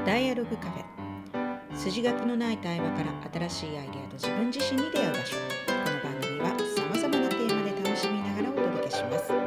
ダイアログカフェ、筋書きのない対話から新しいアイデアと自分自身に出会う場所。この番組はさまざまなテーマで楽しみながらお届けします。で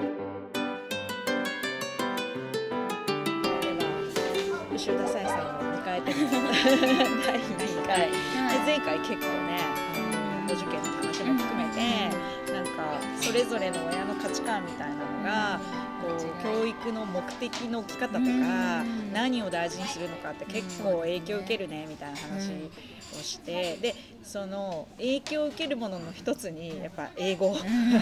は吉田沙耶さんを迎えてます第2回、前回結構ねお受験の話も含めて、なんかそれぞれの親の価値観みたいなのが教育の目的の置き方とか、何を大事にするのかって結構影響を受けるねみたいな話をして、でその影響を受けるものの一つにやっぱ英語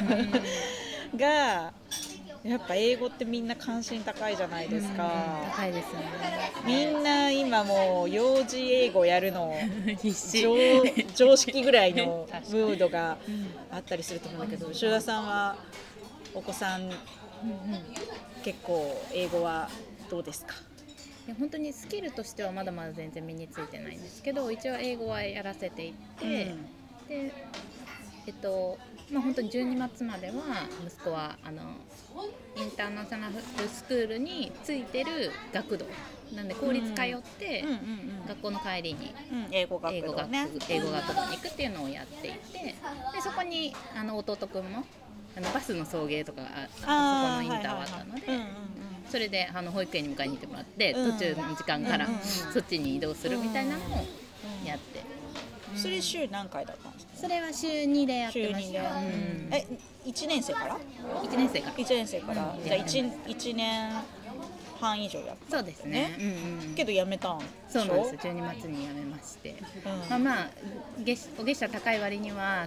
がやっぱ英語ってみんな関心高いじゃないですか。 高いですよね。 みんな今もう幼児英語やるの必死常識ぐらいのムードがあったりすると思うんだけど、吉田さんはお子さん結構英語はどうですか？ いや本当にスキルとしてはまだまだ全然身についてないんですけど、一応英語はやらせていて、で本当に12月までは息子はインターナショナルスクールについてる学童なんで、公立通って、学校の帰りに英語学童に行くっていうのをやっていて、でそこに弟くんもバスの送迎とかそこのインターはあったので、それで保育園に迎えに行ってもらって、途中の時間からそっちに移動するみたいなのをやって、 それ週何回だったんですか？ それは週2でやってました。 1年生から 1年生からじゃあ 1年半以上やった。 そうですね。 けど辞めたんでしょ？ そうなんです。12月に辞めまして、お月謝高い割には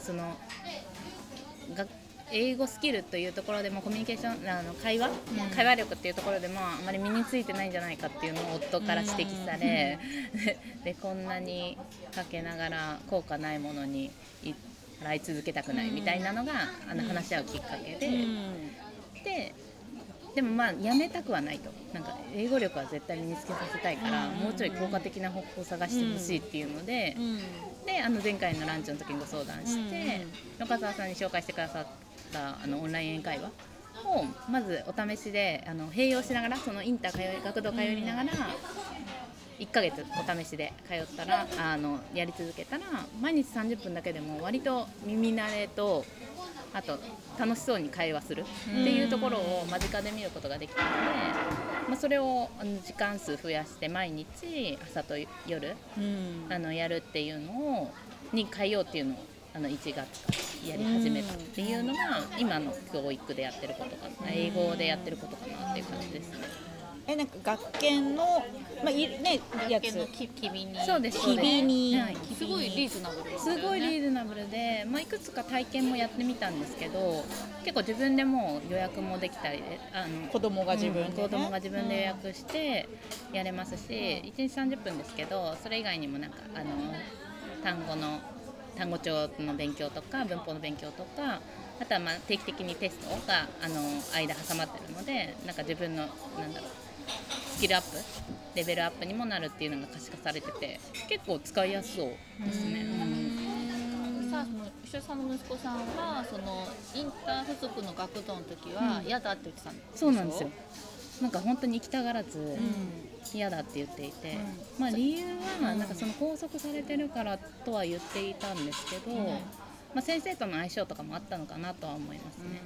英語スキルというところでもコミュニケーション会話力っていうところでもあまり身についてないんじゃないかっていうのを夫から指摘され、でこんなにかけながら効果ないものに払い続けたくないみたいなのが話し合うきっかけでもやめたくはないと、なんか英語力は絶対身につけさせたいから、もうちょい効果的な方法を探してほしいっていうので、前回のランチの時にご相談して、岡澤さんに紹介してくださったオンライン英会話をまずお試しで併用しながら、そのインター学童通いながら1ヶ月お試しで通ったらやり続けたら、毎日30分だけでも割と耳慣れと、あと楽しそうに会話するっていうところを間近で見ることができたので、それを時間数増やして毎日朝と夜やるっていうのに変えようっていうのを1月からやり始めたっていうのが今の教育でやってることかな、英語でやってることかなっていう感じですね。 なんか学研の、やつ機微に、 そうです、機微に、 すごいリーズナブルですよね。すごいリーズナブルで、いくつか体験もやってみたんですけど、結構自分でも予約もできたりで、 子供が自分で予約してやれますし、1日30分ですけど、それ以外にもなんか単語帳の勉強とか文法の勉強とか、あとは定期的にテストが間挟まってるので、なんか自分のスキルアップ、レベルアップにもなるっていうのが可視化されてて、結構使いやすそうですね。 さあ、石田さんの息子さんはそのインター付属の学童の時は嫌だって言ってたんですか？ そうなんですよ。なんか本当に行きたがらず嫌だって言っていて、理由はなんかその拘束されてるからとは言っていたんですけど、先生との相性とかもあったのかなとは思いますね。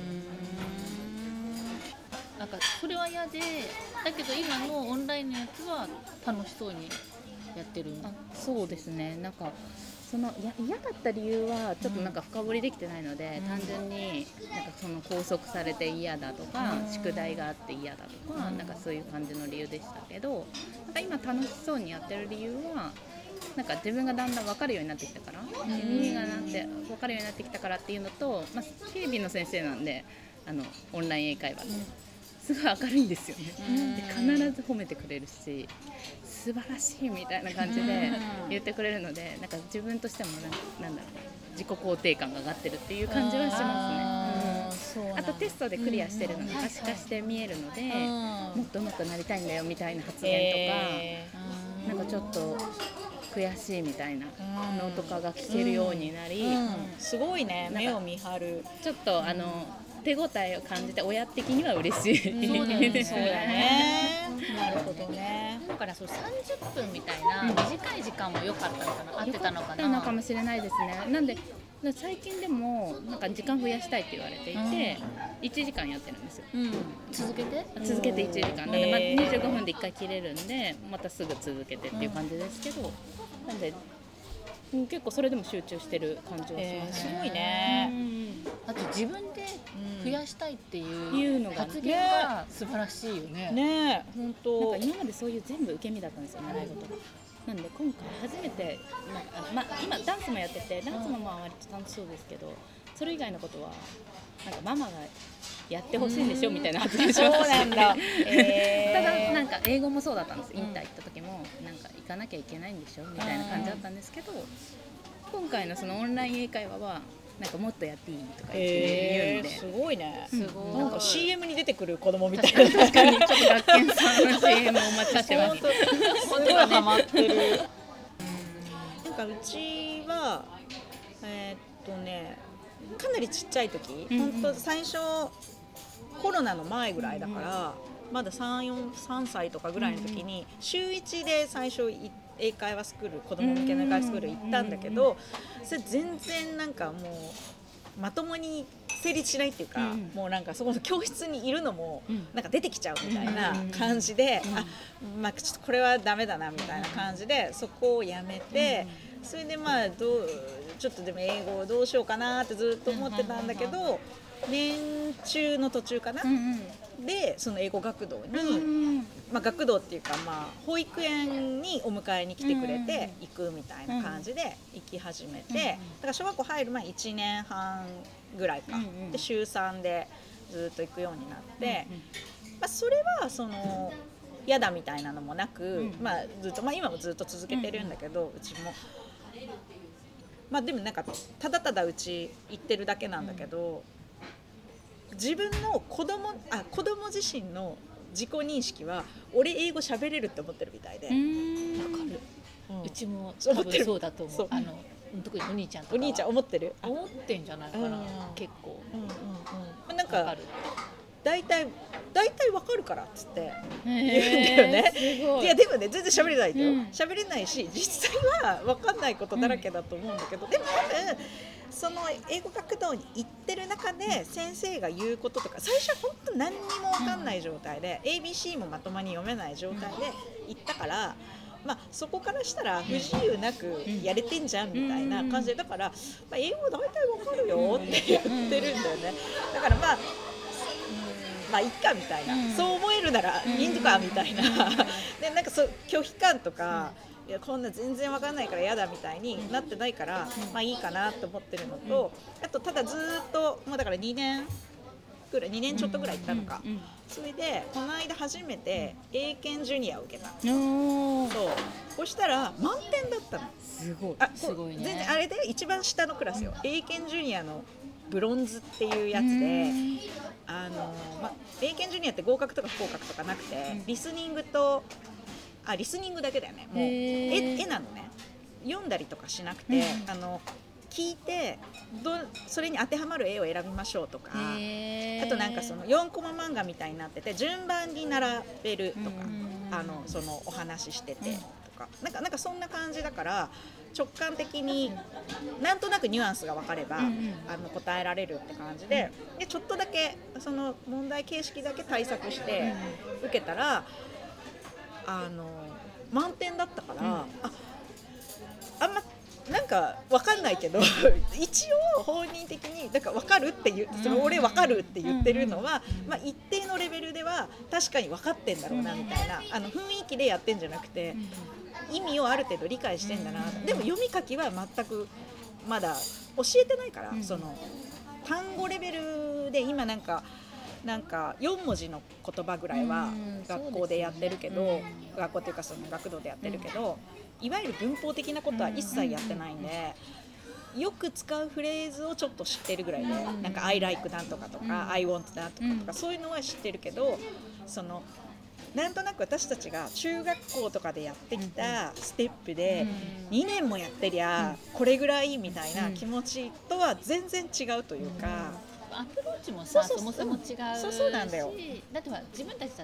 なんかそれは嫌で、だけど今のオンラインのやつは楽しそうにやってる。 そうですね。なんか嫌だった理由はちょっとなんか深掘りできてないので、単純になんかその拘束されて嫌だとか、宿題があって嫌だとか、なんかそういう感じの理由でしたけど、なんか今楽しそうにやってる理由はなんか自分がだんだん分かるようになってきたから、耳が分かるようになってきたからっていうのと、警備の先生なんでオンライン英会話すごい明るいんですよね。で必ず褒めてくれるし、素晴らしいみたいな感じで言ってくれるので、なんか自分としてもなんだろう、自己肯定感が上がってるっていう感じはしますね。あとテストでクリアしてるのが可視化して見えるので、もっと上手くなりたいんだよみたいな発言とか、なんかちょっと悔しいみたいなのとかが聞けるようになり、 すごいね、目を見張る。 ちょっと手応えを感じて、親的には嬉しい。 そうだね。 なるほどね。 だからそう30分みたいな短い時間も良かったのかな、合ってたのかな。 良かったのかもしれないですね。なんで最近でもなんか時間増やしたいって言われていて、1時間やってるんですよ。 続けて 1時間なんで、25分で1回切れるんでまたすぐ続けてっていう感じですけど、なんで結構それでも集中してる感じはします。 すごいね。 あと自分で増やしたいっていうのが発言が素晴らしいよね。 ね、本当。 なんか今までそういう全部受け身だったんですよ、習い事が。なんで今回初めてなんか、今ダンスもやってて、ダンスもまあ割と楽しそうですけど、それ以外のことはなんかママがやってほしいんでしょみたいな発言しました。 そうなんだ。 ただなんか英語もそうだったんです。インター行った時もなんか行かなきゃいけないんでしょみたいな感じだったんですけど、今回のそのオンライン英会話はなんかもっとやっていいとか言うんで、 すごいね。 すごい。 なんか CM に出てくる子供みたいな。 確かにちょっと学研さんの CM をお待ちしてます。 すごいハマってる。なんかうちはかなりちっちゃい時、本当最初コロナの前ぐらいだから、まだ3歳とかぐらいの時に週1で最初英会話スクール、子供向けの英会話スクール行ったんだけど、それ全然なんかもうまともに成立しないっていうか、もうなんかそこの教室にいるのもなんか出てきちゃうみたいな感じで、まあちょっとこれはダメだなみたいな感じでそこをやめて、それでまあちょっとでも英語をどうしようかなってずっと思ってたんだけど、年中の途中かな、でその英語学童に、まあ、学童っていうか、まあ、保育園にお迎えに来てくれて行くみたいな感じで行き始めて、だから小学校入る前1年半ぐらいか、で週3でずっと行くようになって、まあ、それはその嫌だみたいなのもなく、まあずっと、まあ、今もずっと続けてるんだけど、うちも。まあでもなんかただただうち行ってるだけなんだけど、自分の子供自身の自己認識は俺英語喋れるって思ってるみたいで。わかる。うちも多分そうだと思う。特にお兄ちゃんとか。 お兄ちゃん思ってる？ 思ってんじゃないかな。結構。 なんか大体わかるからっつって言うんだよね。いやでもね全然喋れないよ。喋れないし実際はわかんないことだらけだと思うんだけど、でも多分その英語学童に行ってる中で先生が言うこととか、最初は本当何にもわかんない状態で ABC もまともに読めない状態で行ったから、まあ、そこからしたら不自由なくやれてんじゃんみたいな感じで、だから、まあ、英語大体わかるよって言ってるんだよね。だからまあまあいっかみたいな、そう思えるならいいのかみたいなでなんか拒否感とか、いやこんな全然わかんないから嫌だみたいになってないから、まあいいかなと思ってるのと、あとただずっともうだから2年ちょっとぐらい行ったのか、それでこの間初めて英検ジュニアを受けた。そしたら満点だったの。 すごいね。 全然あれで一番下のクラスよ。英検ジュニアのブロンズっていうやつで、英検ジュニアって合格とか不合格とかなくて、リスニングだけだよね。もう絵なのね。読んだりとかしなくて、聞いてそれに当てはまる絵を選びましょうとか、あとなんかその4コマ漫画みたいになってて順番に並べるとか、そのお話ししててとか、なんかそんな感じだから直感的になんとなくニュアンスが分かれば、答えられるって感じで、ちょっとだけその問題形式だけ対策して受けたら、満点だったから、あんまなんか分かんないけど一応本人的にだから分かるっていう、その俺分かるって言ってるのは、まあ、一定のレベルでは確かに分かってんだろうなみたいな、雰囲気でやってんじゃなくて意味をある程度理解してんだな。でも読み書きは全くまだ教えてないから、その単語レベルで今なんか4文字の言葉ぐらいは学校でやってるけど、学校っていうかその学童でやってるけど、いわゆる文法的なことは一切やってないんで、よく使うフレーズをちょっと知ってるぐらいで、なんか I like なんとかとか、I want なんとかとか、そういうのは知ってるけど、そのなんとなく私たちが中学校とかでやってきたステップで2年もやってりゃこれぐらいみたいな気持ちとは全然違うというか、 アプローチもさ、そもそも違うし、 そうなんだよ。 だっては自分たちだっ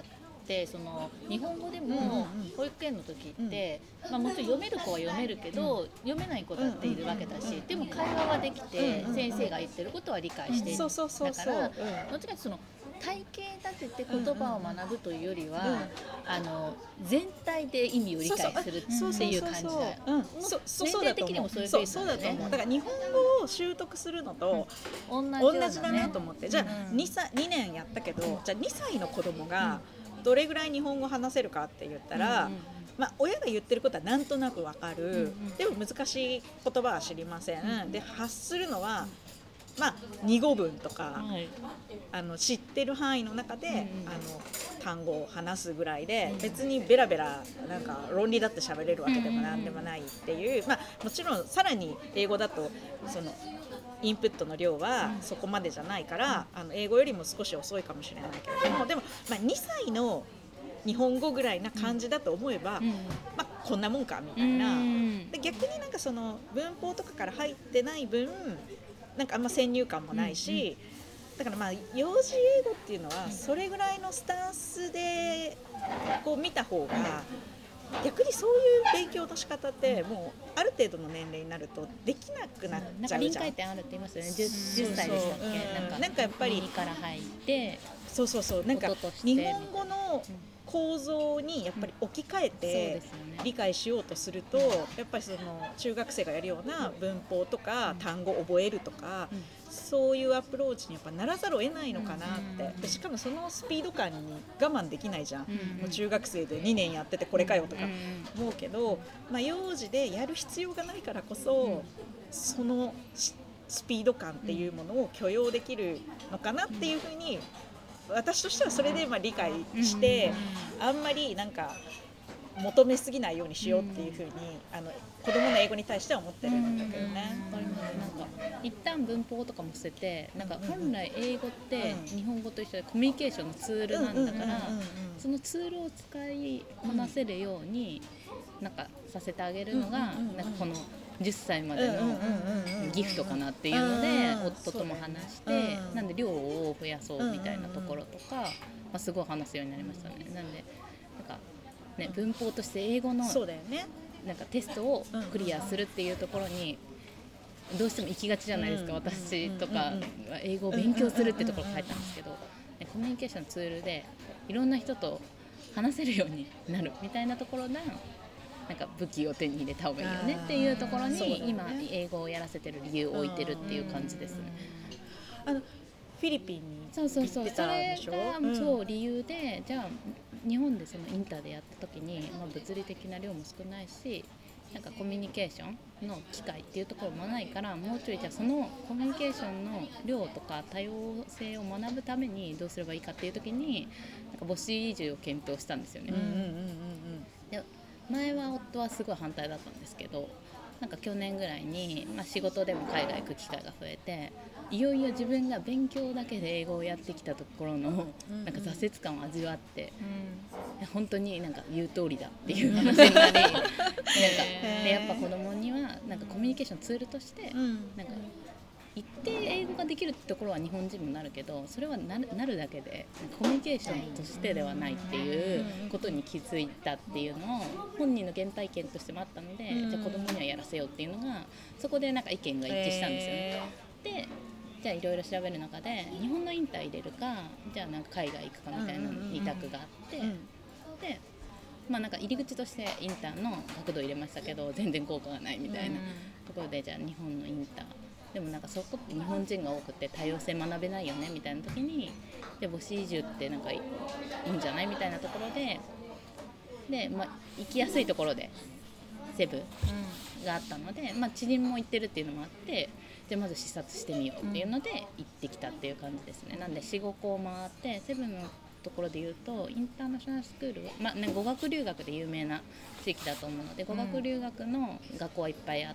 ってその日本語でも保育園の時って、まあ、もちろん読める子は読めるけど、読めない子だっているわけだし、でも会話はできて、先生が言ってることは理解している、だからどっちかというとその体系立てて言葉を学ぶというよりは、全体で意味を理解するっていう感じだ。年齢的にもそういうペースなんだよね。 だから日本語を習得するのと同じだなと思って、じゃあ2年やったけど、じゃあ2歳の子供がどれぐらい日本語話せるかって言ったら、まあ、親が言ってることはなんとなくわかる、でも難しい言葉は知りません、で発するのはまあ、2語文とか、知ってる範囲の中で、単語を話すぐらいで、別にベラベラなんか論理だって喋れるわけでもなんでもないっていう、まあ、もちろんさらに英語だとそのインプットの量はそこまでじゃないから、英語よりも少し遅いかもしれないけれども、でも、まあ、2歳の日本語ぐらいな感じだと思えば、まあ、こんなもんかみたいな、で逆になんかその文法とかから入ってない分なんかあんま先入観もないし、だからまあ幼児英語っていうのはそれぐらいのスタンスでこう見た方が、逆にそういう勉強の仕方ってもうある程度の年齢になるとできなくなっちゃうじゃん。 なんか臨界点あるって言いますよね。10歳でしたっけ、 なんかやっぱり耳から入ってなんか日本語の構造にやっぱり置き換えて理解しようとすると、やっぱりその中学生がやるような文法とか単語を覚えるとか、そういうアプローチにやっぱならざるを得ないのかなって。でしかもそのスピード感に我慢できないじゃん、もう中学生で2年やっててこれかよとか思うけど、まあ、幼児でやる必要がないからこそ、そのスピード感っていうものを許容できるのかなっていうふうに、私としてはそれでまあ理解して、あんまりなんか求めすぎないようにしようっていうふうに子供の英語に対しては思ってるんだけどね。 なんか一旦文法とかも捨てて、なんか本来英語って日本語と一緒でコミュニケーションのツールなんだから、そのツールを使いこなせるようになんかさせてあげるのが、なんかこの10歳までのギフトかなっていうので、夫とも話して、なんで量を増やそうみたいなところとか、まあ、すごい話すようになりましたね。なんでなんか、ね、文法として英語のなんかテストをクリアするっていうところにどうしても行きがちじゃないですか。私とか英語を勉強するってところ書いたんですけど、コミュニケーションツールでいろんな人と話せるようになるみたいなところで、なんか武器を手に入れた方がいいよねっていうところに、今英語をやらせてる理由を置いてるっていう感じですね。 フィリピンに行ってたでしょ。 それがそう理由で、じゃあ日本でそのインターでやった時に、まあ、物理的な量も少ないし、なんかコミュニケーションの機会っていうところもないから、もうちょいじゃあそのコミュニケーションの量とか多様性を学ぶためにどうすればいいかっていう時に、なんか母子移住を検討したんですよね。で前は夫はすごい反対だったんですけど、なんか去年ぐらいに、まあ、仕事でも海外行く機会が増えて、いよいよ自分が勉強だけで英語をやってきたところのなんか挫折感を味わって、本当になんか言う通りだっていう話になり、なんかでやっぱ子供にはなんかコミュニケーションツールとしてなんか一定英語ができるってところは日本人もなるけど、それはなるだけでコミュニケーションとしてではないっていうことに気づいたっていうのを本人の原体験としてもあったので、じゃあ子供にはやらせようっていうのが、そこでなんか意見が一致したんですよね。でじゃあいろいろ調べる中で、日本のインター入れるか、じゃあなんか海外行くかみたいな2択があって、でまあなんか入り口としてインターの角度入れましたけど、全然効果がないみたいなところで、じゃあ日本のインターでもなんかそこって日本人が多くて多様性学べないよねみたいな時に、で母子移住ってなんかいいんじゃないみたいなところで、まあ、行きやすいところでセブがあったので、まあ、知人も行ってるっていうのもあって、じゃあまず視察してみようっていうので行ってきたっていう感じですね。なんで 4,5 校回って、セブのところで言うとインターナショナルスクールは、まあね、語学留学で有名な地域だと思うので、語学留学の学校はいっぱいあって、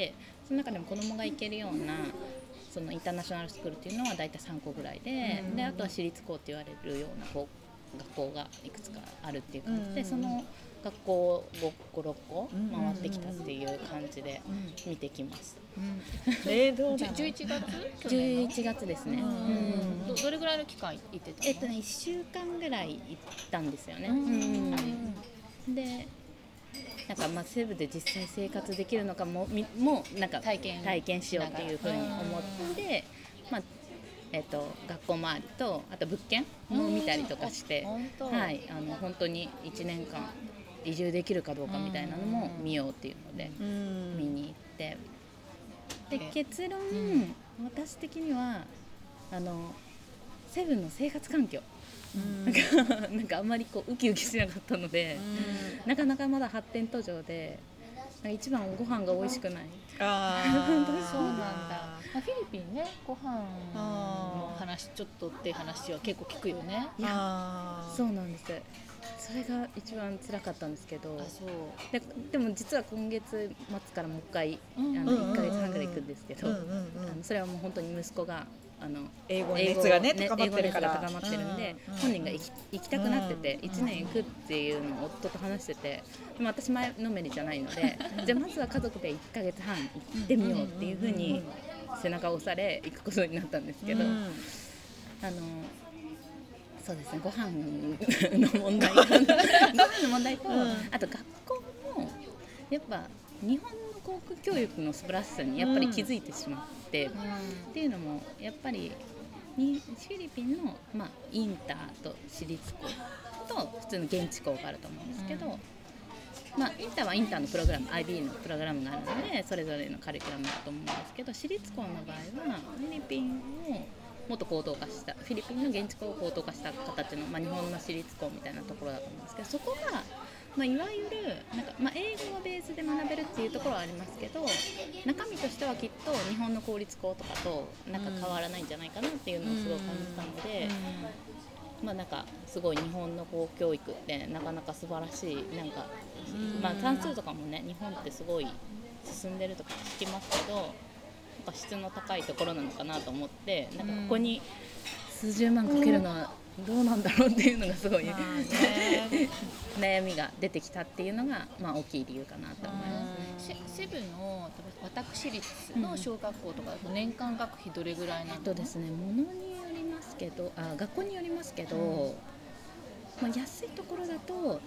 その中でも子どもが行けるようなそのインターナショナルスクールっていうのは大体3校ぐらいで、あとは私立校って言われるような高学校がいくつかあるっていう感じで、その学校を5、6個回ってきたっていう感じで見てきました。 どうだ 11月 11月ですね。 どれぐらいの期間行ってたの 1週間ぐらい行ったんですよね。でなんかセブで実際生活できるのかもなんか体験しようっていうふうに思って、学校周りとあと物件も見たりとかして、本当に1年間移住できるかどうかみたいなのも見ようっていうので見に行って、で結論、私的にはセブンの生活環境なんかあんまりこうウキウキしなかったので、なかなかまだ発展途上で一番ご飯が美味しくない。 そうなんだ。フィリピンね、ご飯の話ちょっとって話は結構聞くよね。 そうなんです。それが一番辛かったんですけど、でも実は今月末からもう一回1ヶ月半ぐらい行くんですけど、それはもう本当に息子が英語熱がね高まってるから高まってるんで、本人が行きたくなってて1年行くっていうのを夫と話してて、でも私前のめりじゃないのでじゃあまずは家族で1ヶ月半行ってみようっていうふうに背中を押され行くことになったんですけど、そうですね、ご飯の問題と、あと学校もやっぱ日本の航空教育の素晴らしさにやっぱり気づいてしまって、っていうのもやっぱりフィリピンの、インターと私立校と普通の現地校があると思うんですけど、インターはインターのプログラム IB のプログラムがあるのでそれぞれのカリキュラムだと思うんですけど、私立校の場合はフィリピンをもっと高等化したフィリピンの現地校を高等化した形の、日本の私立校みたいなところだと思うんですけど、そこが、いわゆるなんか、英語がベースで学べるっていうところはありますけど、中身としてはきっと日本の公立校とかとなんか変わらないんじゃないかなっていうのをすごい感じたので、なんかすごい日本の公教育ってなかなか素晴らしい、なんか、算数とかもね日本ってすごい進んでるとか聞きますけど、質の高いところなのかなと思って、なんかここに数十万かけるのはどうなんだろうっていうのがすごい悩みが出てきたっていうのが、大きい理由かなと思いますね。 セブの私立の小学校とかだと年間学費どれぐらいなの？ ですね、ものによりますけど、学校によりますけど、安いところだと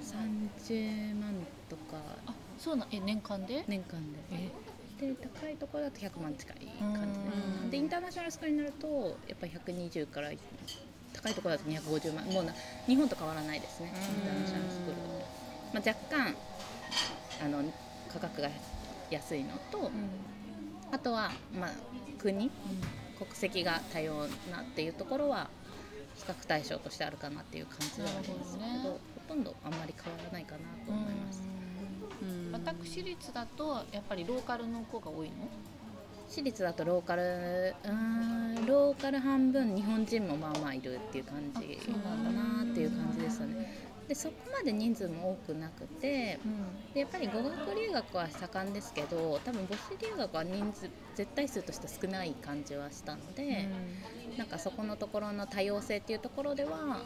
30万とか。 そうな年間で？ 年間で。で高いところだと100万近い感じです。でインターナショナルスクールになるとやっぱり120から高いところだと250万、もう日本と変わらないですね。インターナショナルスクールは、若干価格が安いのと、あとは、国籍が多様なっていうところは比較対象としてあるかなっていう感じではありますけど、ほとんどあんまり変わらないかなと思います。 私立だとやっぱりローカルの子が多いの？ 私立だとローカル半分日本人もいるっていう感じかなっていう感じですよね。でそこまで人数も多くなくて、でやっぱり語学留学は盛んですけど、多分母子留学は人数絶対数として少ない感じはしたので、なんかそこのところの多様性っていうところでは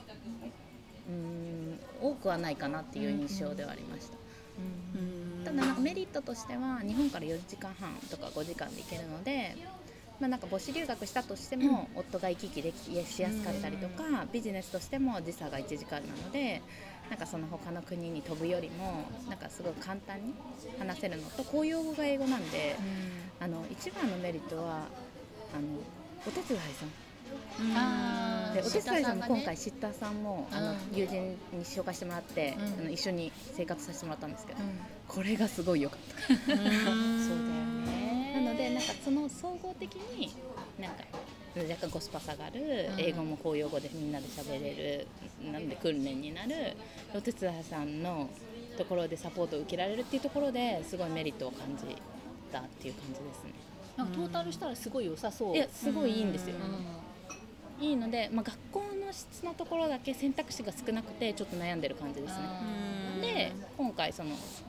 多くはないかなっていう印象ではありました。ただなんかメリットとしては日本から4時間半とか5時間で行けるので、なんか母子留学したとしても夫が行き来しやすかったりとか、ビジネスとしても時差が1時間なので、なんかその他の国に飛ぶよりもなんかすごい簡単に話せるのと、公用語が英語なんで、一番のメリットはお手伝いさんで、お手伝いさんも今回シッターさんも友人に紹介してもらって、一緒に生活させてもらったんですけど、これがすごい良かったそうだよね。なのでなんかその総合的になんか若干コスパ下がる、英語も公用語でみんなで喋れる、なんで訓練になるお手伝いさんのところでサポートを受けられるっていうところですごいメリットを感じたっていう感じですね。 なんかトータルしたらすごい良さそう。 いやすごいいいんですよ。いいので、学校の質のところだけ選択肢が少なくてちょっと悩んでる感じですね。で今回その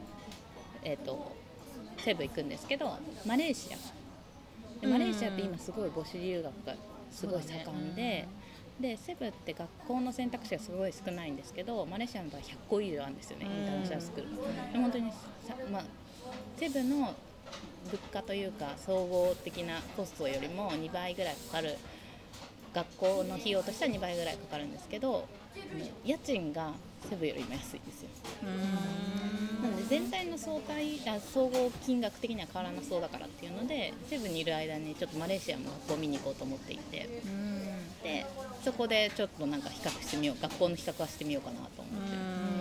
セブ行くんですけど、マレーシアって今すごい母子留学がすごい盛んで、 でセブって学校の選択肢がすごい少ないんですけど、マレーシアの場合100個以上あるんですよね、インターナショナルスクール。で本当にセブの物価というか総合的なコストよりも2倍ぐらいかかる、学校の費用としては2倍ぐらいかかるんですけど、家賃がセブよりも安いんですよ。なので全体の総合金額的には変わらなそうだからっていうので、セブにいる間にちょっとマレーシアも学校見に行こうと思っていて、でそこでちょっとなんか比較してみよう、学校の比較はしてみようかなと思って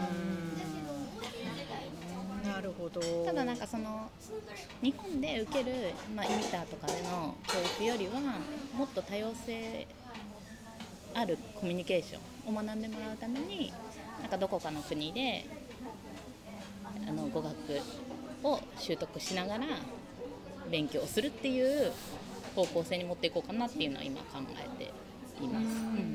る。 なるほど。 ただなんかその日本で受ける、インターとかでの教育よりはもっと多様性あるコミュニケーションを学んでもらうために、なんかどこかの国で語学を習得しながら勉強するっていう方向性に持っていこうかなっていうのは今考えています。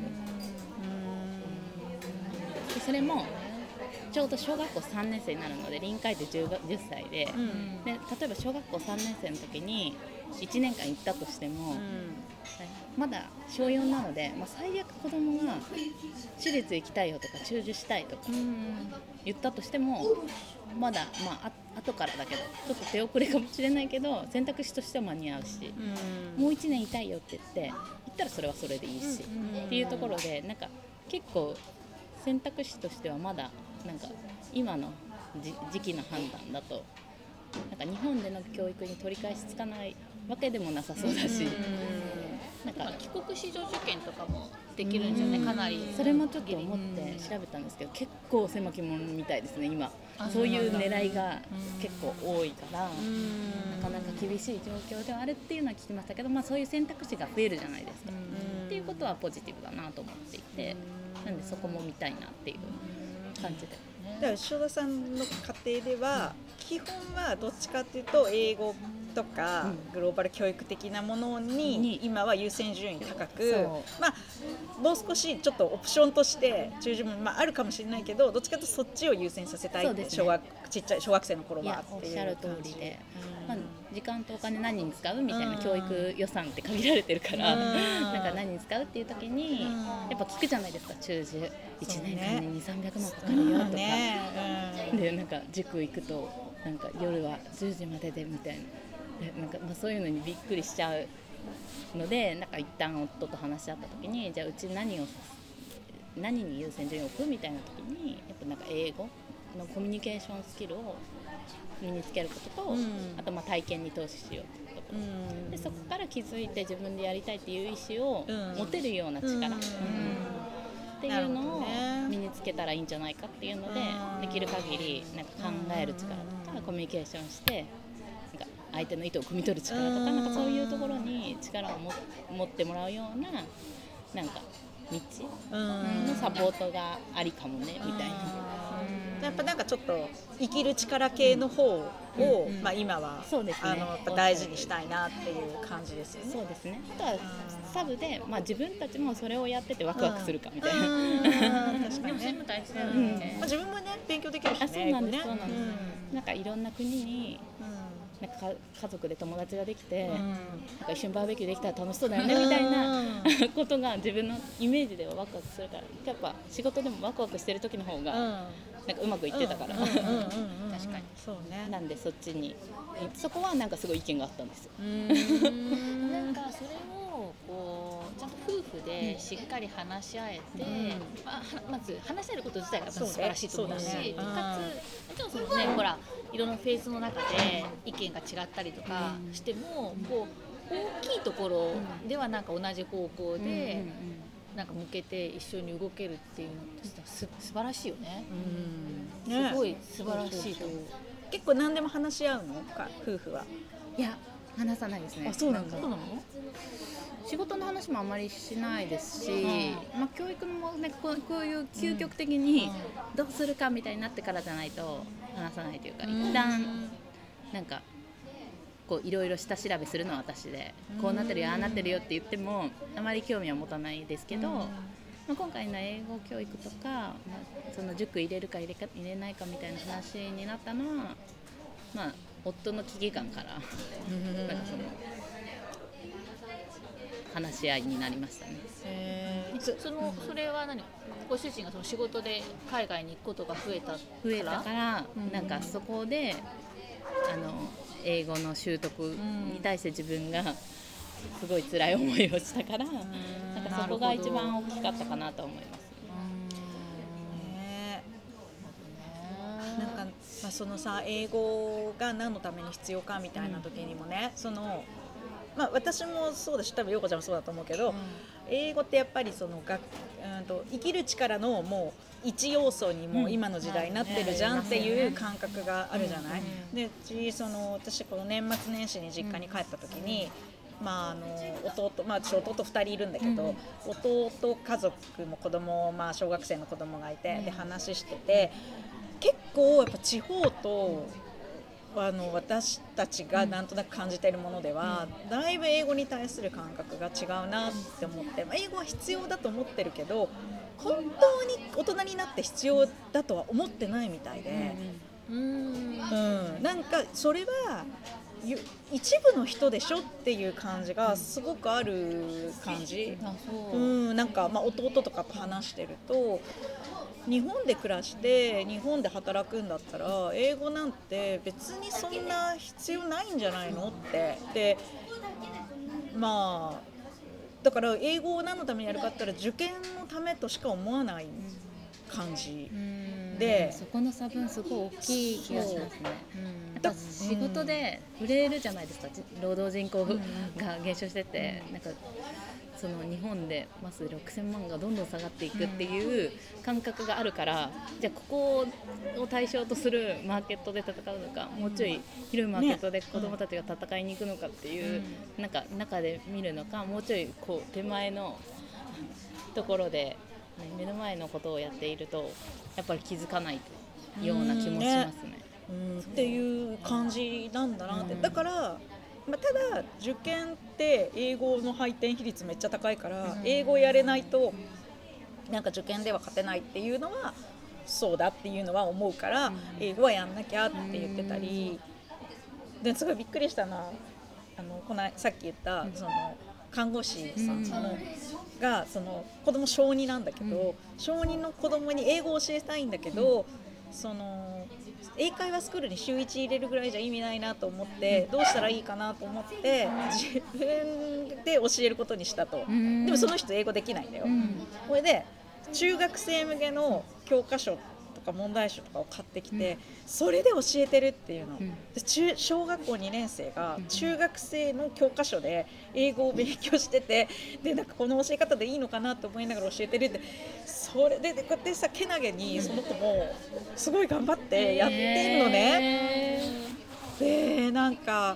でそれもちょうど小学校3年生になるので、臨海で 10歳で、で例えば小学校3年生の時に1年間行ったとしても、まだ小4なので、最悪子供が私立行きたいよとか中受したいとか言ったとしても、まだ後からだけどちょっと手遅れかもしれないけど選択肢としては間に合うし、もう1年いたいよって言ったらそれはそれでいいし、っていうところでなんか結構選択肢としてはまだなんか今の時期の判断だとなんか日本での教育に取り返しつかないわけでもなさそうだし、 なんか帰国子女受験とかもできるんじゃね、かなり。 それもちょっと思って調べたんですけど、結構狭き門みたいですね今。そういう狙いが結構多いから、なかなか厳しい状況ではあるっていうのは聞きましたけど、そういう選択肢が増えるじゃないですか。っていうことはポジティブだなと思っていて、なんでそこも見たいなっていう感じで。 だから塩田さんの家庭では、基本はどっちかっていうと英語とかグローバル教育的なものに今は優先順位高く、もう少しちょっとオプションとして中順もあるかもしれないけど、どっちかというとそっちを優先させたいって、ちっちゃい小学生の頃はっていう感じ。 おっしゃる通りで、時間とお金何に使うみたいな教育予算って限られてるから、なんか何に使うっていう時にやっぱ聞くじゃないですか。中受1年間に200-300万かかるよとか、でなんか塾行くとなんか夜は10時まででみたいな、なんかそういうのにびっくりしちゃうので、なんか一旦夫と話し合った時に、じゃあうち何に優先順位を置くみたいな時に、やっぱなんか英語のコミュニケーションスキルを身につけることと、あと体験に投資しようってこと、でそこから気づいて自分でやりたいっていう意思を持てるような力、っていうのを身につけたらいいんじゃないかっていうので、できる限りなんか考える力とかコミュニケーションしてなんか相手の意図を汲み取る力とか、なんかそういうところに力を持ってもらうようななんか道のサポートがありかもねみたいな。 やっぱなんかちょっと生きる力系の方を、今はそうですね、 やっぱ大事にしたいなっていう感じですよね。 そうですね。あとはサブで、自分たちもそれをやっててワクワクするかみたいな。 確かにね。 大事だよね。 自分もね勉強できるしね。 そうなんです。そうなんです。なんかいろんな国に。なんか家族で友達ができて、なんか一緒にバーベキューできたら楽しそうだよねみたいなことが自分のイメージではワクワクするから、やっぱ仕事でもワクワクしてる時の方がなんかうまくいってたから、確かにそうね。 なんでそっちにそこはなんかすごい意見があったんですよ。 なんかそれをこうちゃんと夫婦でしっかり話し合えて、まず話し合えること自体が素晴らしいと思うし、かつもちろんそのね、ほらいろんなフェーズの中で意見が違ったりとかしても、こう大きいところではなんか同じ方向でなんか向けて一緒に動けるっていうのとしては素晴らしいよね。すごい素晴らしいと思う。 結構何でも話し合うのか夫婦は。 いや話さないですね。 そうなんだ。 仕事の話もあまりしないですし、教育もね、こういう究極的にどうするかみたいになってからじゃないと話さないというか、一旦なんかこういろいろ下調べするのは私で、こうなってるよああなってるよって言ってもあまり興味は持たないですけど、今回の英語教育とか、その塾入れるか入れないかみたいな話になったのは、夫の危機感からなんかその話し合いになりましたね。 それはご主人がその仕事で海外に行くことが増えたから、 なんかそこで英語の習得に対して自分がすごい辛い思いをしたから、なんかそこが一番大きかったかなと思います。 なんか、そのさ、英語が何のために必要かみたいな時にもね、私もそうだし、多分陽子ちゃんもそうだと思うけど、英語ってやっぱりその生きる力のもう一要素にも今の時代になってるじゃんっていう感覚があるじゃない。で、私この年末年始に実家に帰った時に、弟2人いるんだけど、弟家族も子供、小学生の子供がいて、で話してて、結構やっぱ地方と私たちがなんとなく感じているものでは、だいぶ英語に対する感覚が違うなって思って、英語は必要だと思ってるけど、本当に大人になって必要だとは思ってないみたいで、なんかそれは一部の人でしょっていう感じがすごくある感じ。なんか弟とかと話してると、日本で暮らして日本で働くんだったら英語なんて別にそんな必要ないんじゃないのって。で、だから英語を何のためにやるかって言ったら受験のためとしか思わない感じで、 そこの差分すごい大きい気がしますね。やっぱ仕事で触れるじゃないですか、労働人口が減少してて、なんかその日本でまず6000万がどんどん下がっていくっていう感覚があるから、じゃあここを対象とするマーケットで戦うのか、もうちょい広いマーケットで子どもたちが戦いに行くのかっていう、なんか中で見るのか、もうちょいこう手前のところで目の前のことをやっているとやっぱり気づかないような気もしますね。 っていう感じなんだなって。だからただ受験って英語の配点比率めっちゃ高いから、英語やれないとなんか受験では勝てないっていうのはそうだっていうのは思うから、英語はやんなきゃって言ってたりですごいびっくりしたな。さっき言ったその看護師さんがその子供小児なんだけど、小児の子供に英語を教えたいんだけど、その英会話スクールに週1入れるぐらいじゃ意味ないなと思って、どうしたらいいかなと思って自分で教えることにしたと。でもその人英語できないんだよ。これで中学生向けの教科書とか問題集とかを買ってきて、それで教えてるっていうの。で小学校2年生が中学生の教科書で英語を勉強してて、でなんかこの教え方でいいのかなと思いながら教えてるって、それでこうやってさ、けなげにその子もすごい頑張ってやってるのね。でなんか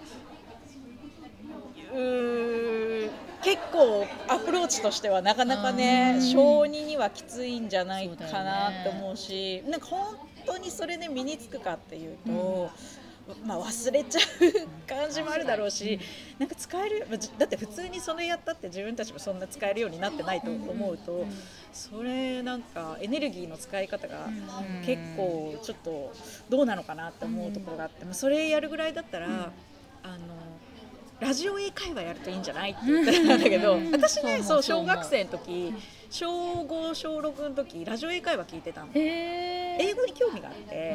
結構アプローチとしてはなかなかね、小児にはきついんじゃないかなって思うし、なんか本当にそれで身につくかっていうと、忘れちゃう感じもあるだろうし、なんか使える、だって普通にそれやったって自分たちもそんな使えるようになってないと思うと、それなんかエネルギーの使い方が結構ちょっとどうなのかなって思うところがあって、それやるぐらいだったらラジオ英会話やるといいんじゃないって言ってたんだけど、私ね、そう小学生の時、小5小6の時ラジオ英会話聞いてたの。英語に興味があって、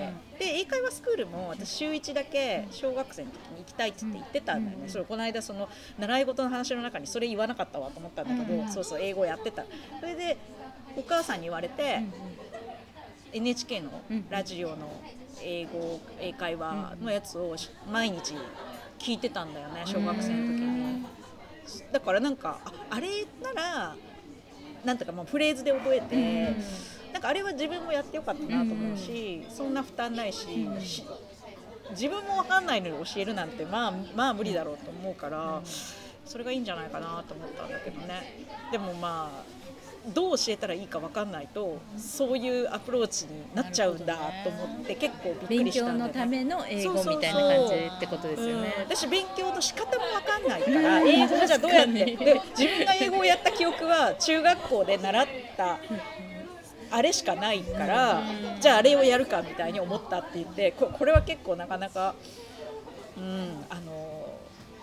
で英会話スクールも私週1だけ小学生の時に行きたいって言ってたんだよね。それこの間その習い事の話の中にそれ言わなかったわと思ったんだけど、そう英語やってた。それでお母さんに言われて、NHK のラジオの英会話のやつを毎日聞いてたんだよね、小学生の時に。だからなんかあれならなんとかもうフレーズで覚えて、なんかあれは自分もやってよかったなと思うし、そんな負担ないし、自分も分かんないのに教えるなんてまあ無理だろうと思うから、それがいいんじゃないかなと思ったんだけどね。でもどう教えたらいいか分かんないとそういうアプローチになっちゃうんだと思って結構びっくりしたんだよね。 勉強のための英語みたいな感じってことですよね。 私勉強の仕方も分かんないから英語じゃどうやってで自分が英語をやった記憶は中学校で習ったあれしかないから、じゃああれをやるかみたいに思ったって言って、これは結構なかなか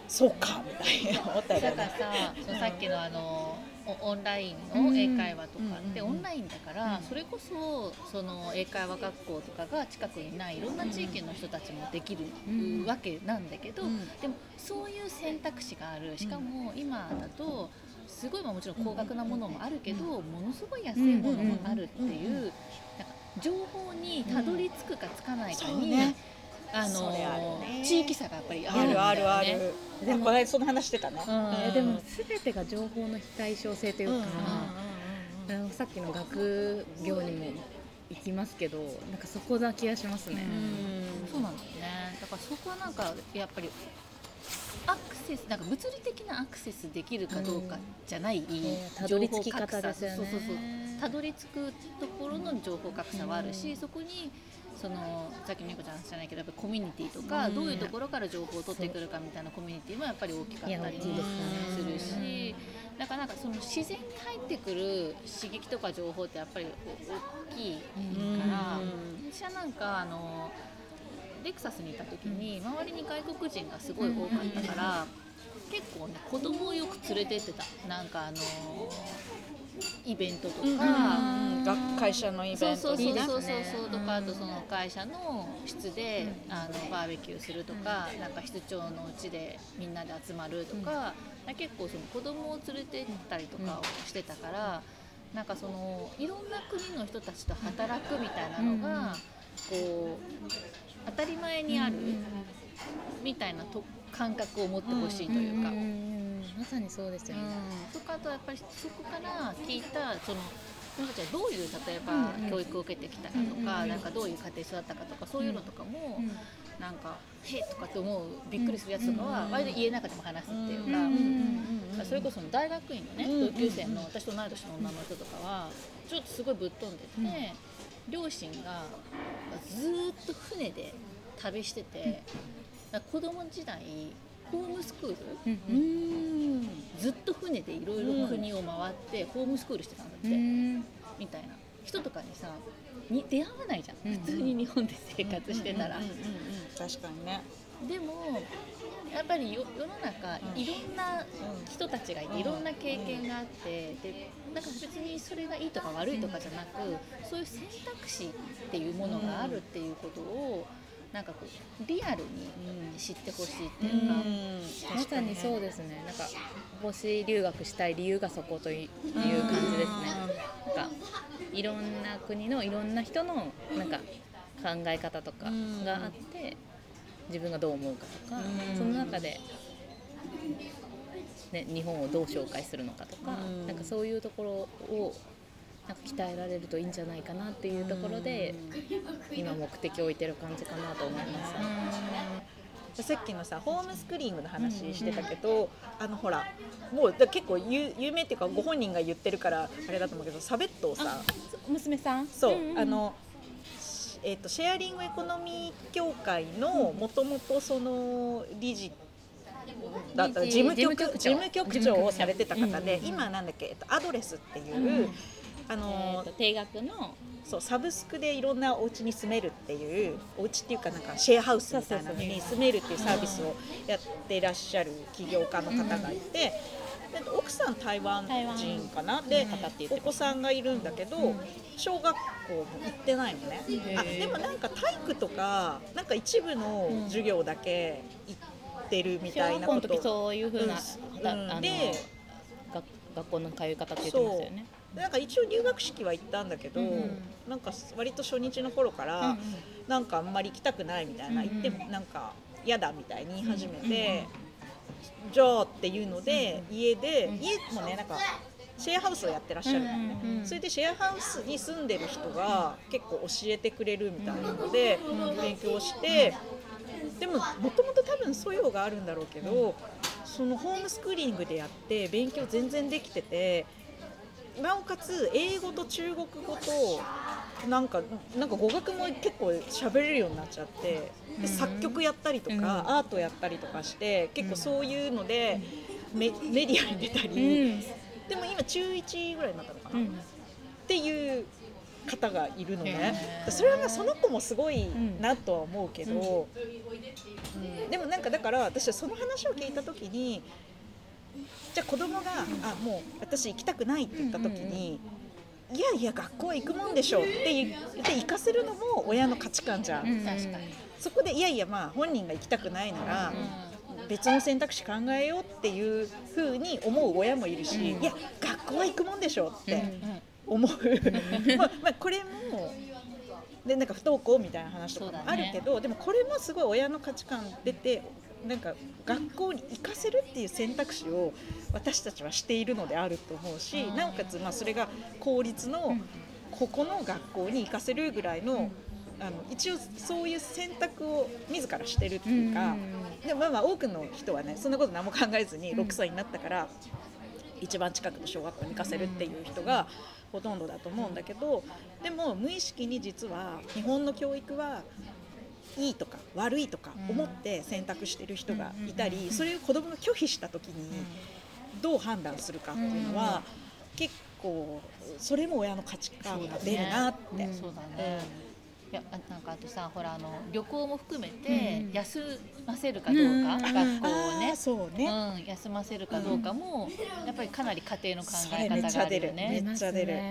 そうかみたいな思ったよだからね。 さっきのオンラインの英会話とかってオンラインだから、 うんそれこそその英会話学校とかが近くにないいろんな地域の人たちもできるわけなんだけど、でもそういう選択肢がある。しかも今だとすごいもちろん高額なものもあるけど、ものすごい安いものもあるっていう、なんか情報にたどり着くかつかないかに、 それあるね、 地域差がやっぱりあるんだよね。 あるある。でもこの間その話してたね。 でも全てが情報の非対称性というか、さっきの学業にも行きますけど、なんかそこな気がしますね。 そうなんだよね。だからそこはなんかやっぱりアクセス、なんか物理的なアクセスできるかどうかじゃない情報格差、たどり着くところの情報格差はあるし、そこにそのさっきのゆこちゃんじゃないけどやっぱコミュニティとか、どういうところから情報を取ってくるかみたいなコミュニティもやっぱり大きかったりするし、だからなんかその自然に入ってくる刺激とか情報ってやっぱり大きいから、私はなんかレクサスにいた時に周りに外国人がすごい多かったから、結構ね子供をよく連れてってた。なんかイベントとか、 会社のイベントにね、 とか、あとその会社の室でバーベキューするとか、なんか室長の家でみんなで集まるとか、結構その子供を連れてったりとかをしてたから、なんかそのいろんな国の人たちと働くみたいなのがこう当たり前にあるみたいな感覚を持ってほしいというか、 まさにそうですよね。 とかあとやっぱりそこから聞いたその人たちはどういう例えば教育を受けてきたかとか、なんかどういう家庭育ったかとか、そういうのとかもなんか「へ」とかって思うびっくりするやつとかは割と家の中でも話すっていうか、それこそ大学院のね同級生の私と同い年の女の人とかはちょっとすごいぶっ飛んでて、両親がずっと船で旅してて、子供時代ホームスクール、ずっと船でいろいろ国を回ってホームスクールしてたんだって、みたいな人とかにさに出会わないじゃん、普通に日本で生活してたら。 確かにね。 でもやっぱり世の中いろんな人たちがいて、いろんな経験があって、でなんか別にそれがいいとか悪いとかじゃなく、そういう選択肢っていうものがあるっていうことをなんかこうリアルに知ってほしいっていうか、 まさにそうですね。なんか母子留学したい理由がそこという感じですね。なんかいろんな国のいろんな人のなんか考え方とかがあって、自分がどう思うかとか、その中で、ね、日本をどう紹介するのかとか、なんかそういうところをなんか鍛えられるといいんじゃないかなっていうところで、今目的を置いてる感じかなと思います。 さっきのさホームスクリーングの話してたけど、ほらもう結構有名っていうかご本人が言ってるからあれだと思うけど、サベットをさ娘さん、 そう、シェアリングエコノミー協会のもともとその理事だった事務局長をされてた方で、今なんだっけ、アドレスっていう、 定額のそうサブスクでいろんなお家に住めるっていう、お家っていうかなんかシェアハウスみたいなのに住めるっていうサービスをやってらっしゃる起業家の方がいて、奥さん台湾人かな、でお子さんがいるんだけど、小学校も行ってないのね。でもなんか体育とかなんか一部の授業だけ行ってるみたいなこと、 小学校の時そういう風な、で学校の通い方って言ってますよね。 なんか一応入学式は行ったんだけど、なんか割と初日の頃からなんかあんまり行きたくないみたいな、行ってもなんか嫌だみたいに言い始めて、じゃあっていうので、家もねなんかシェアハウスをやってらっしゃるのね、それでシェアハウスに住んでる人が結構教えてくれるみたいなので勉強して、でももともと多分素養があるんだろうけど、そのホームスクリーニングでやって勉強全然できてて、なおかつ英語と中国語となんか語学も結構喋れるようになっちゃって、で作曲やったりとか、アートやったりとかして、結構そういうのでメディアに出たり、でも今中1ぐらいになったのかな、っていう方がいるのね。それはまあその子もすごいなとは思うけど、でもなんかだから私はその話を聞いた時に、じゃあ子供がもう私行きたくないって言った時に、いやいや学校は行くもんでしょって言って行かせるのも親の価値観じゃん。そこでいやいやまあ本人が行きたくないなら別の選択肢考えようっていう風に思う親もいるし、いや学校は行くもんでしょって思うまあこれもでなんか不登校みたいな話とかもあるけど、でもこれもすごい親の価値観出て、なんか学校に行かせるっていう選択肢を私たちはしているのであると思うし、なおかつまあそれが公立のここの学校に行かせるぐらいの一応そういう選択を自らしてるっていうか、でもまあ多くの人はねそんなこと何も考えずに6歳になったから一番近くの小学校に行かせるっていう人がほとんどだと思うんだけど、でも無意識に実は日本の教育はいいとか悪いとか思って選択してる人がいたり、それを子供が拒否した時にどう判断するかっていうのは結構それも親の価値観が出るなって。 そうだね。いやなんかあとさ、ほら旅行も含めて休ませるかどうか、学校をね、 そうね、 休ませるかどうかもやっぱりかなり家庭の考え方があるよね。 めっちゃ出る、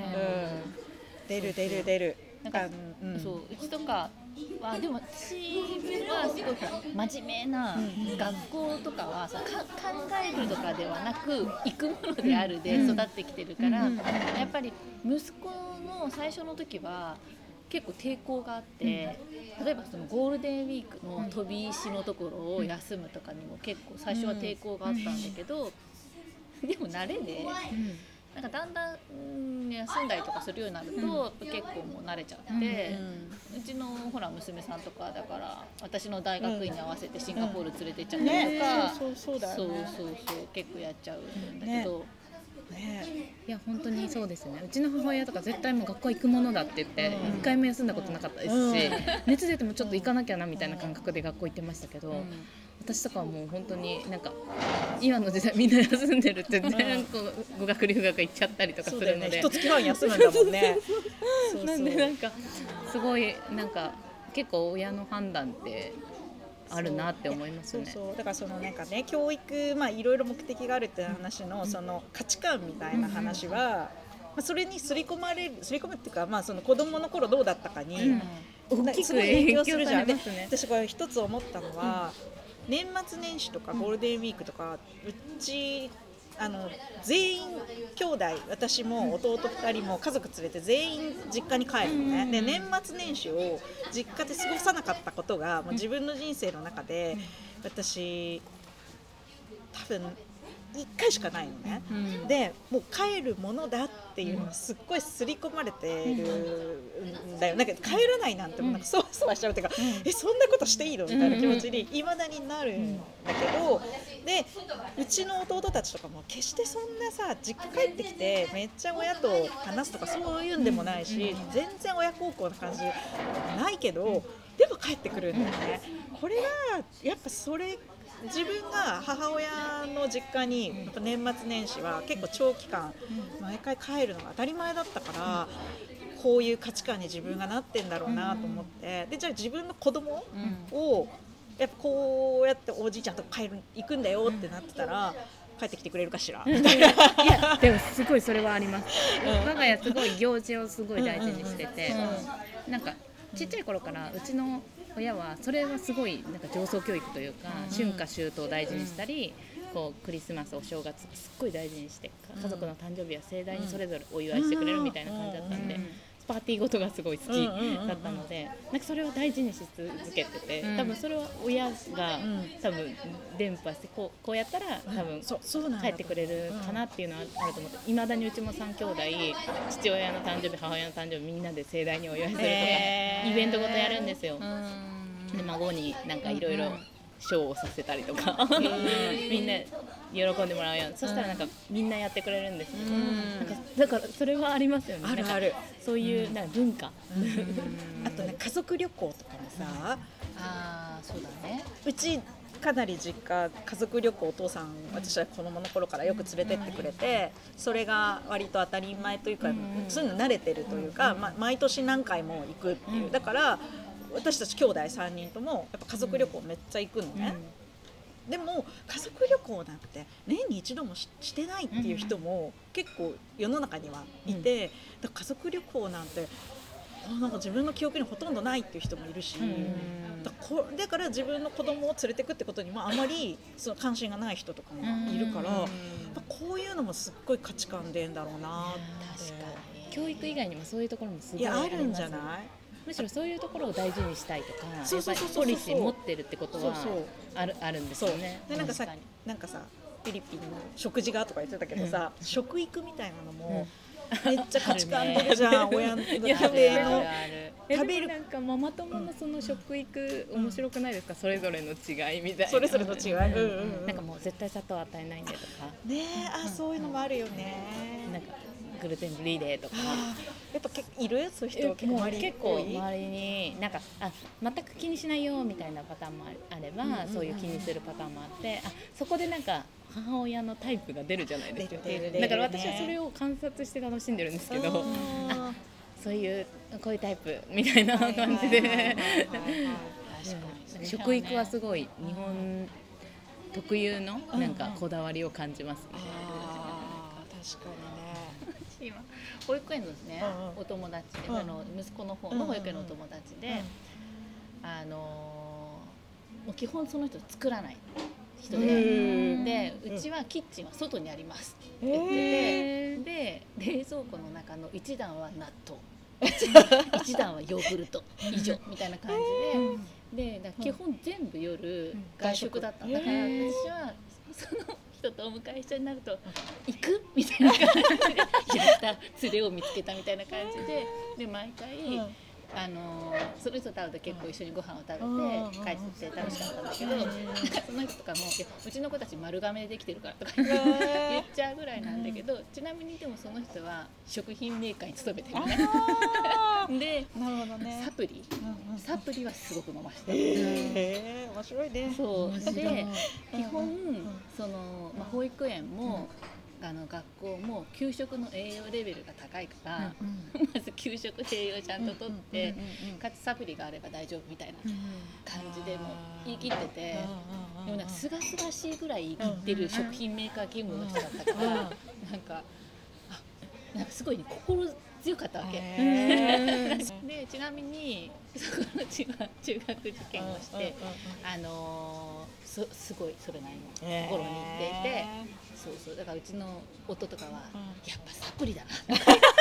出る。 なんかそううちとかはでも私はすごい真面目な学校とかはさ考えるとかではなく行くものであるで育ってきてるから、やっぱり息子の最初の時は結構抵抗があって、例えばそのゴールデンウィークの飛び石のところを休むとかにも結構最初は抵抗があったんだけど、でも慣れでなんかだんだん休んだりとかするようになると結構もう慣れちゃって、うちのほら娘さんとかだから私の大学院に合わせてシンガポール連れて行っちゃったりとか、そう結構やっちゃうんだけど。 いや本当にそうですね。うちの母親とか絶対もう学校行くものだって言って1回も休んだことなかったですし、熱出てもちょっと行かなきゃなみたいな感覚で学校行ってましたけど、私とかはもう本当になんか今の時代みんな休んでるって言って語学留学行っちゃったりとかするので、 1月半休むんだもんね。 なんでなんかすごいなんか結構親の判断ってあるなって思いますね。 だからそのなんかね、教育まあいろいろ目的があるって話のその価値観みたいな話は、それに刷り込むっていうか、まあその子供の頃どうだったかに大きく影響するじゃん。 ますね。 私これ一つ思ったのは、年末年始とかゴールデンウィークとか、うち全員兄弟、私も弟2人も家族連れて全員実家に帰るのね。で年末年始を実家で過ごさなかったことがもう自分の人生の中で私多分1回しかないのね、でもう帰るものだっていうのがすっごい刷り込まれてるんだよ。なんか帰らないなんてもうなんかそわそわしちゃうっていうか、そんなことしていいのみたいな気持ちに未だになるんだけど、でうちの弟たちとかも決してそんなさ実家帰ってきてめっちゃ親と話すとかそういうんでもないし、全然親孝行な感じないけど、でも帰ってくるんだよね。これがやっぱそれ自分が母親の実家にやっぱ年末年始は結構長期間毎回帰るのが当たり前だったから、こういう価値観に自分がなってんだろうなと思って、でじゃあ自分の子供をやっぱこうやっておじいちゃんと行くんだよってなってたら帰ってきてくれるかしらみたいな。いやでもすごいそれはあります。我が家すごい行事をすごい大事にしてて、なんかちっちゃい頃からうちの親はそれはすごいなんか上層教育というか、春夏秋冬を大事にしたり、こうクリスマスお正月すっごい大事にして、家族の誕生日は盛大にそれぞれお祝いしてくれるみたいな感じだったんで、パーティーごとがすごい好きだったので、なんかそれを大事にし続けてて、多分それは親が多分伝播してこうやったら多分帰ってくれるかなっていうのはあると思って、いまだにうちも3兄弟父親の誕生日母親の誕生日みんなで盛大にお祝いするとか、イベントごとやるんですよ。で孫になんかいろいろショーをさせたりとかみんな喜んでもらうような、そしたらなんかみんなやってくれるんですけど、なんかだからそれはありますよね。 あるある。 そういうなんか文化、 あとね家族旅行とかもさ、 そうだね。 うちかなり実家家族旅行お父さん私は子供の頃からよく連れてってくれて、それが割と当たり前というか、そういうの慣れてるというか、毎年何回も行くっていう、だから私たち兄弟3人ともやっぱ家族旅行めっちゃ行くのね、でも家族旅行なんて年に一度も してないっていう人も結構世の中にはいて、だから家族旅行なんてなんか自分の記憶にほとんどないっていう人もいるし、だから自分の子供を連れてくってことにもあまりその関心がない人とかもいるから、こういうのもすっごい価値観でんだろうなって。 確かに教育以外にもそういうところもすごいあるんじゃない？ むしろそういうところを大事にしたいとか、 そうそうそうそう、 やっぱりポリシー持ってるってことはあるんですよね。 でなんかさフィリピンの食事がとか言ってたけどさ、食育みたいなのもめっちゃ価値観出るじゃん、親の家庭の食べる。なんかママ友のその食育面白くないですか？それぞれの違いみたいな。 それぞれの違い。 なんかもう絶対砂糖与えないんでとか。 ねえ、そういうのもあるよね。 なんかグルテンフリーでとか。 やっぱいる？そういう人結構周りになんか全く気にしないよみたいなパターンもあれば、そういう気にするパターンもあって、そこでなんか母親のタイプが出るじゃないですか。だから私はそれを観察して楽しんでるんですけど、そういうこういうタイプみたいな感じで、食育はすごい日本特有のなんかこだわりを感じますね。 確かにね。 今保育園のですね、お友達で、息子の方の保育園のお友達で、もう基本その人作らない人で、うちはキッチンは外にありますって言ってて、で冷蔵庫の中の1段は納豆1段はヨーグルト以上みたいな感じで、だから基本全部夜外食だった。だから私はその人とお迎え一緒になると行くみたいな感じでやった連れを見つけたみたいな感じで毎回その人と会うと結構一緒にご飯を食べて帰って楽しかったんだけど、その人とかもうちの子たち丸亀でできてるからとか言っちゃうぐらいなんだけど、ちなみにでもその人は食品メーカーに勤めてるね。で、 なるほどね、 サプリはすごく飲まして面白いね。 そうで基本その、保育園も学校も給食の栄養レベルが高いから、まず給食で栄養ちゃんと取って、かつサプリがあれば大丈夫みたいな感じでも言い切ってて、でもなんかすがすがしいぐらい言い切ってる食品メーカー勤務の人だったから、なんかすごい、ね、心強かったわけ。でちなみにそこのうちは中学受験をして、すごいそれなりのところに行っていて、そうだからうちの夫とかは、やっぱサプリだな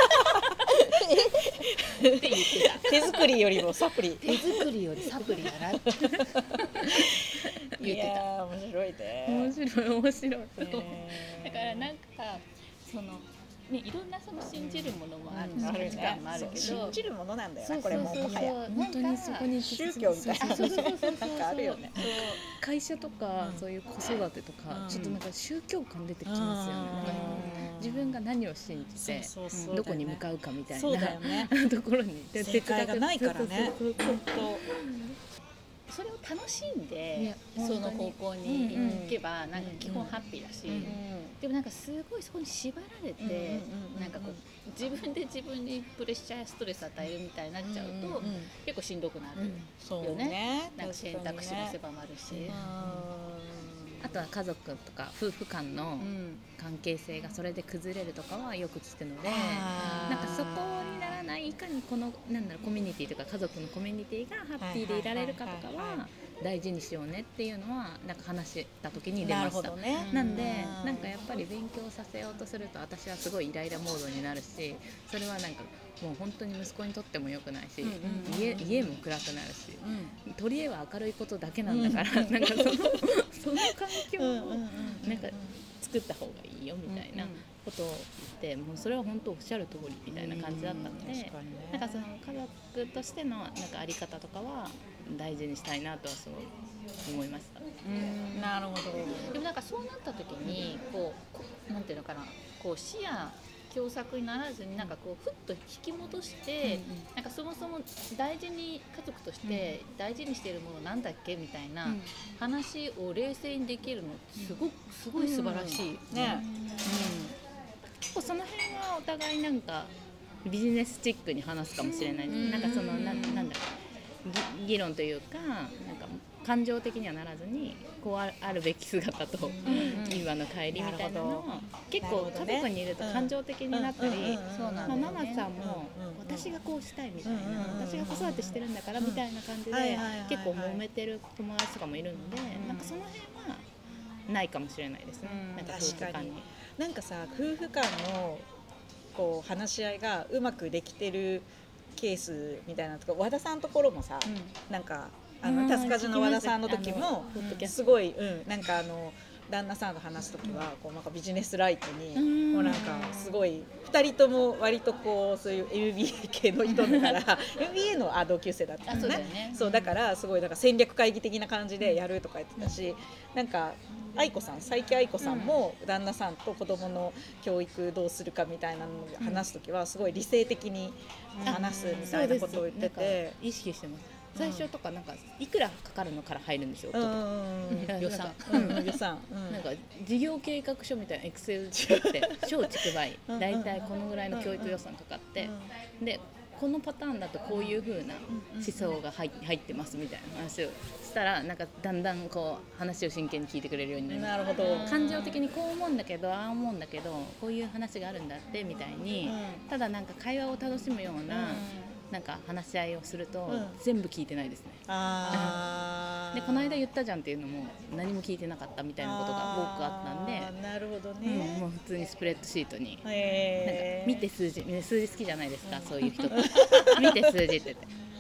って言ってた。 手作りよりもサプリ。 手作りよりサプリだなって言ってた。 いや面白いね。 面白い。 だからなんかその。ね、いろんなその信じるものもあるし、価値観もあるけど、 信じるものなんだよね。これももはや本当にそこに宗教みたいななんかあるよね。 会社とかそういう子育てとかちょっとなんか宗教感出てきますよね。自分が何を信じてどこに向かうかみたいなところに正解がないからね。 それを楽しんでその方向に行けばなんか基本ハッピーだし、でもなんかすごいそこに縛られてなんかこう自分で自分にプレッシャーやストレス与えるみたいになっちゃうと結構しんどくなるよね。なんか選択肢も狭まるし、 あとは家族とか夫婦間の関係性がそれで崩れるとかはよく聞くので、なんかそこにならないいかにこのコミュニティとか家族のコミュニティがハッピーでいられるかとかは大事にしようねっていうのはなんか話した時に出ました。なんでなんかやっぱり勉強させようとすると私はすごいイライラモードになるし、それはなんかもう本当に息子にとっても良くないし、家も暗くなるし、とりあえずは明るいことだけなんだから、なんかその環境をなんか作った方がいいよみたいなことを言って、もうそれは本当おっしゃる通りみたいな感じだったので、なんかその家族としてのなんかあり方とかは大事にしたいなとはすごい思いました。 なるほど。 でもなんかそうなった時にこうなんていうのかな、こう視野狭窄にならずになんかこうふっと引き戻して、なんかそもそも大事に家族として大事にしているものなんだっけみたいな話を冷静にできるのすごい素晴らしいね。 結構その辺はお互いなんかビジネスチックに話すかもしれない。なんかそのなんだろう、議論というかなんか感情的にはならずにこうあるべき姿と今の帰りみたいなのを結構家族にいると感情的になったり、ママさんも私がこうしたいみたいな、私が子育てしてるんだからみたいな感じで結構揉めてる友達とかもいるので、なんかその辺はないかもしれないですね。なんか夫婦間になんかさ、夫婦間のこう話し合いがうまくできてるケースみたいなとか、和田さんのところもさ、なんかタスカジの和田さんの時もすごい、なんか旦那さんと話す時はこうなんかビジネスライトにもうなんかすごい2人とも割とこうそういう MBA 系の人だから MBA の同級生だったんですね。そうだからすごいなんか戦略会議的な感じでやるとか言ってたし、なんか愛子さん、佐伯愛子さんも旦那さんと子供の教育どうするかみたいなのを話す時はすごい理性的に話すみたいなことを言ってて、 意識してます。最初とかなんかいくらかかるのから入るんですよ。予算なんか事業計画書みたいなエクセル作って小畜梅だいたいこのぐらいの教育予算かかって、でこのパターンだとこういう風な思想が入ってますみたいな話をしたら、なんかだんだんこう話を真剣に聞いてくれるようになる。 なるほど。 感情的にこう思うんだけどああ思うんだけどこういう話があるんだってみたいに、ただなんか会話を楽しむようななんか話し合いをすると全部聞いてないですね。でこの間言ったじゃんっていうのも何も聞いてなかったみたいなことが多くあったんで、 なるほどね、 もう普通にスプレッドシートになんか見て数字好きじゃないですか、そういう人って見て数字って言って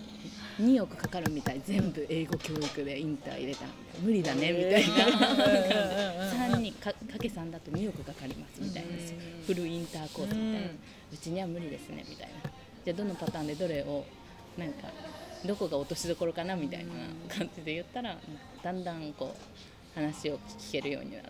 2億かかるみたい、全部英語教育でインター入れたら無理だねみたいな、3にかけ3だと2億かかりますみたいな、フルインターコースみたいな、うちには無理ですねみたいな、じゃあどのパターンでどれをなんかどこが落としどころかなみたいな感じで言ったら、だんだんこう話を聞けるようになって、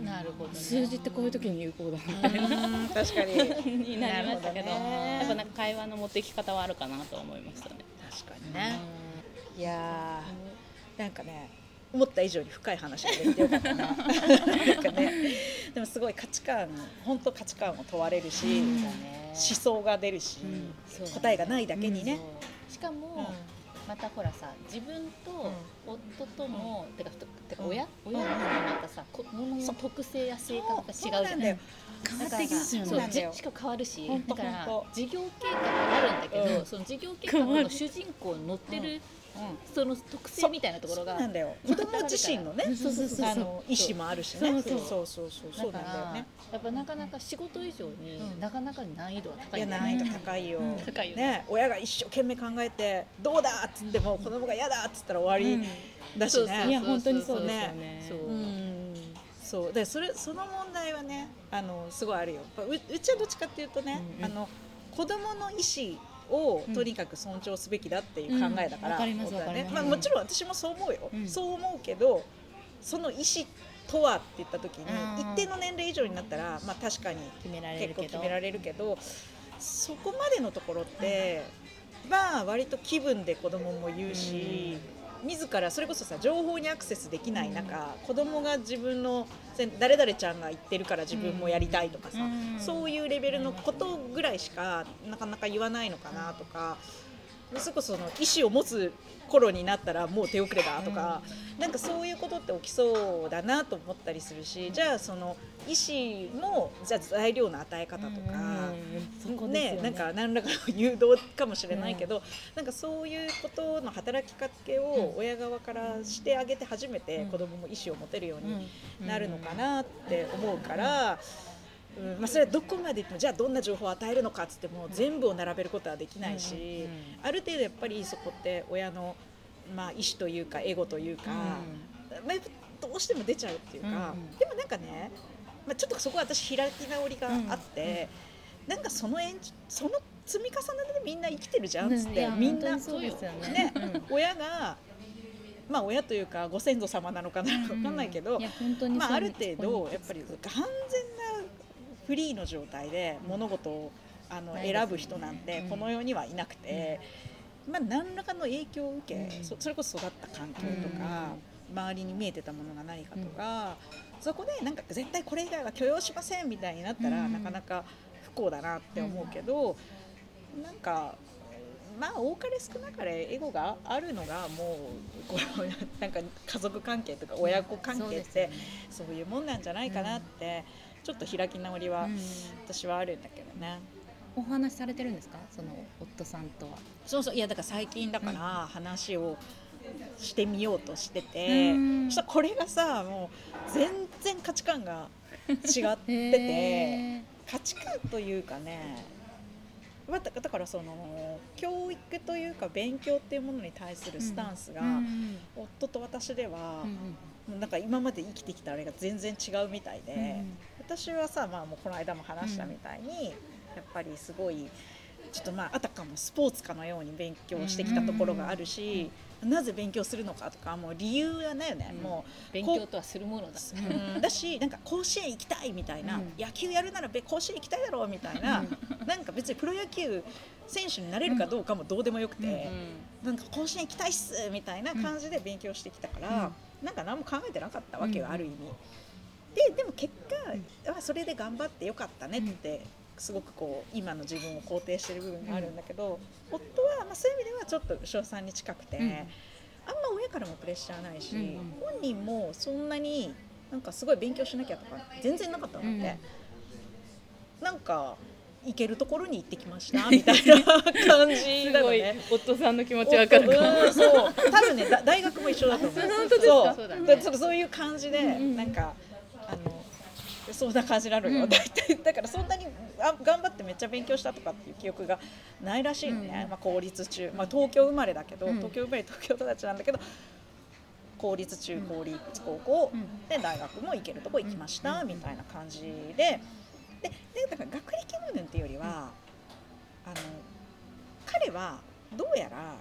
なるほどね、 数字ってこういう時に有効だみたいな確かにになりましたけど、やっぱなんか会話の持っていき方はあるかなと思いましたね。 確かにね。いやなんかね、思った以上に深い話ができてよかったななんかね、でもすごい本当価値観を問われるし、思想が出るし、答えがないだけにね、 しかも、またほらさ、自分と夫との、てか親とのまたさ、物の特性や性格が違うじゃない。 変わってきますよね。 しかも変わるし、だから事業計画があるんだけど、その事業計画の主人公に乗ってるその特性みたいなところが、 そうなんだよ。子供自身のね、意思もあるしね。そうなんだよね。 やっぱなかなか仕事以上になかなか難易度は高い。 難易度高いよ。ね、親が一生懸命考えてどうだっつっても子供が嫌だっつったら終わりだしね。 いや本当にそうですよね。 そうでその問題はね、すごいあるよ。うちはどっちかっていうとね、子供の意思をとにかく尊重すべきだっていう考えだから、もちろん私もそう思うよ、そう思うけど、その意思とはって言った時に一定の年齢以上になったら、まあ、確かに結構決められるけど、そこまでのところって、まあ割と気分で子供も言うし、自らそれこそさ、情報にアクセスできない中、子供が自分の誰々ちゃんが言ってるから自分もやりたいとかさ、そういうレベルのことぐらいしかなかなか言わないのかなとか、それこその意思を持つ頃になったらもう手遅れだとか、なんかそういうことって起きそうだなと思ったりするし、じゃあその意思もじゃあ材料の与え方とか、ね、なんか何らかの誘導かもしれないけど、なんかそういうことの働きかけを親側からしてあげて初めて子どもも意思を持てるようになるのかなって思うから、まあ、それはどこまでいってもじゃあどんな情報を与えるのかっつっても全部を並べることはできないし、ある程度やっぱりそこって親のまあ意思というかエゴというか、まあ、どうしても出ちゃうっていうか、でもなんかね、まあ、ちょっとそこは私開き直りがあって、なんかその積み重ねでみんな生きてるじゃんっつって、みんなそうですよね、 親がまあ親というかご先祖様なのかな分かんないけど、まあある程度やっぱり完全なフリーの状態で物事を選ぶ人なんてこの世にはいなくて、まあ何らかの影響を受け、それこそ育った環境とか、周りに見えてたものが何かとか、そこでなんか絶対これ以外は許容しませんみたいになったら、なかなか不幸だなって思うけど、なんかまあ多かれ少なかれエゴがあるのがもうなんか家族関係とか親子関係ってそういうもんなんじゃないかなって、ちょっと開き直りは私はあるんだけどね。 お話しされてるんですか、その夫さんとは。 そういやだから最近だから話をしてみようとしてて、そしたらこれがさもう全然価値観が違ってて価値観というかね、だからその教育というか勉強っていうものに対するスタンスが、夫と私では、なんか今まで生きてきたあれが全然違うみたいで、私はさ、まあ、もうこの間も話したみたいに、やっぱりすごいちょっとまああたかもスポーツかのように勉強してきたところがあるし、なぜ勉強するのかとかもう理由はないよね、もう勉強とはするものだ、 だしなんか甲子園行きたいみたいな、野球やるなら甲子園行きたいだろうみたいな、なんか別にプロ野球選手になれるかどうかもどうでもよくて、なんか甲子園行きたいっすみたいな感じで勉強してきたから、なんか何も考えてなかったわけよ、ある意味でも結果それで頑張ってよかったねってすごくこう今の自分を肯定してる部分があるんだけど、夫はまあそういう意味ではちょっと牛尾さんに近くて、あんま親からもプレッシャーないし、本人もそんなになんかすごい勉強しなきゃとか全然なかったので、なんか行けるところに行ってきましたみたいな感じだよね。 夫さんの気持ちわかるかも。 そう多分ね大学も一緒だと思う。 本当ですか。 そういう感じで、なんかそんな感じなのよ、だからそんなに頑張ってめっちゃ勉強したとかっていう記憶がないらしいね、まあ、公立中、まあ、東京生まれだけど、東京生まれ東京育ちなんだけど公立中公立高校、で大学も行けるとこ行きましたみたいな感じでだから学歴云々っていうよりは彼はどうやら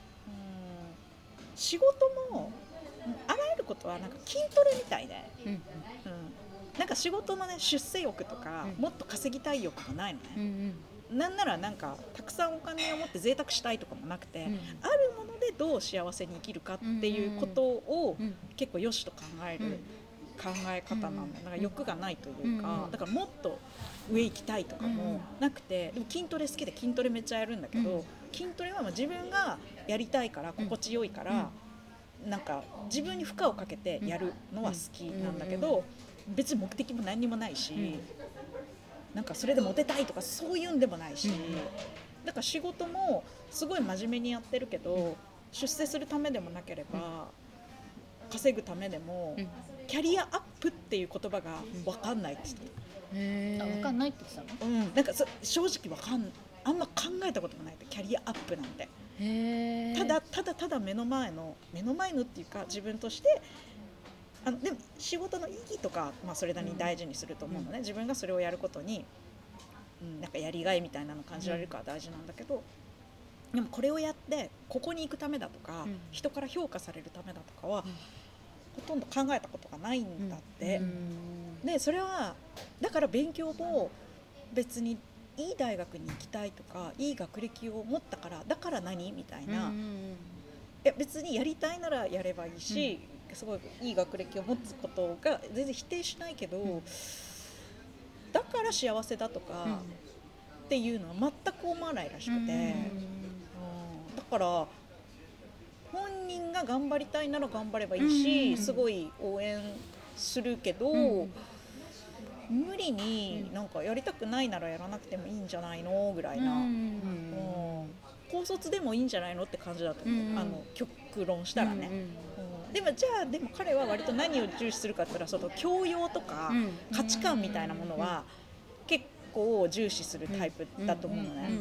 仕事もあらゆることはなんか筋トレみたいで、なんか仕事のね出世欲とか、もっと稼ぎたい欲がないのね、なんならなんかたくさんお金を持って贅沢したいとかもなくて、あるものでどう幸せに生きるかっていうことを結構よしと考える考え方なんだよ。なんか欲がないというか、だからもっと上行きたいとかもなくて、でも筋トレ好きで筋トレめっちゃやるんだけど、筋トレはまあ自分がやりたいから心地よいから、なんか自分に負荷をかけてやるのは好きなんだけど、別に目的も何にもないし、なんかそれでモテたいとかそういうんでもないし、だから仕事もすごい真面目にやってるけど、出世するためでもなければ、稼ぐためでも、キャリアアップっていう言葉が分かんないって言ってた。 分かんないって言ってたの？ なんか正直あんま考えたこともないって、キャリアアップなんて。ただ目の前のっていうか自分としてでも仕事の意義とか、まあ、それなりに大事にすると思うのね、自分がそれをやることに、なんかやりがいみたいなの感じられるから大事なんだけど、でもこれをやってここに行くためだとか、人から評価されるためだとかは、ほとんど考えたことがないんだって、でそれはだから勉強も別にいい大学に行きたいとかいい学歴を持ったからだから何みたいな、いや別にやりたいならやればいいし、すごいいい学歴を持つことが全然否定しないけど、だから幸せだとかっていうのは全く思わないらしくて、だから本人が頑張りたいなら頑張ればいいし、すごい応援するけど、無理になんかやりたくないならやらなくてもいいんじゃないのぐらいな、高卒でもいいんじゃないのって感じだと思う、極論したらね、でも彼は割と何を重視するかって言ったら、その教養とか価値観みたいなものは結構重視するタイプだと思うのね。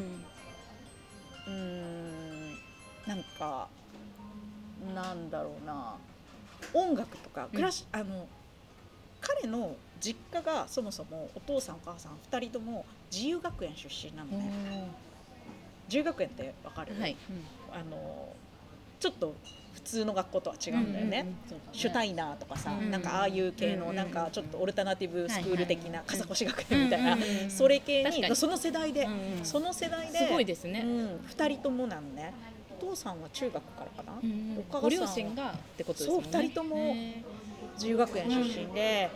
なんかなんだろうな、音楽とか彼の実家がそもそもお父さんお母さん2人とも自由学園出身なのね。 自由学園ってわかる？ はい、 ちょっと普通の学校とは違うんだよね、シュタイナーとかさ、なんかああいう系のなんかちょっとオルタナティブスクール的な笠越学園みたいな、それ系にその世代で、 すごいですね、 2人ともなのね。お父さんは中学からかな、 ご両親がってことですよね。 そう、2人とも自由学園出身で、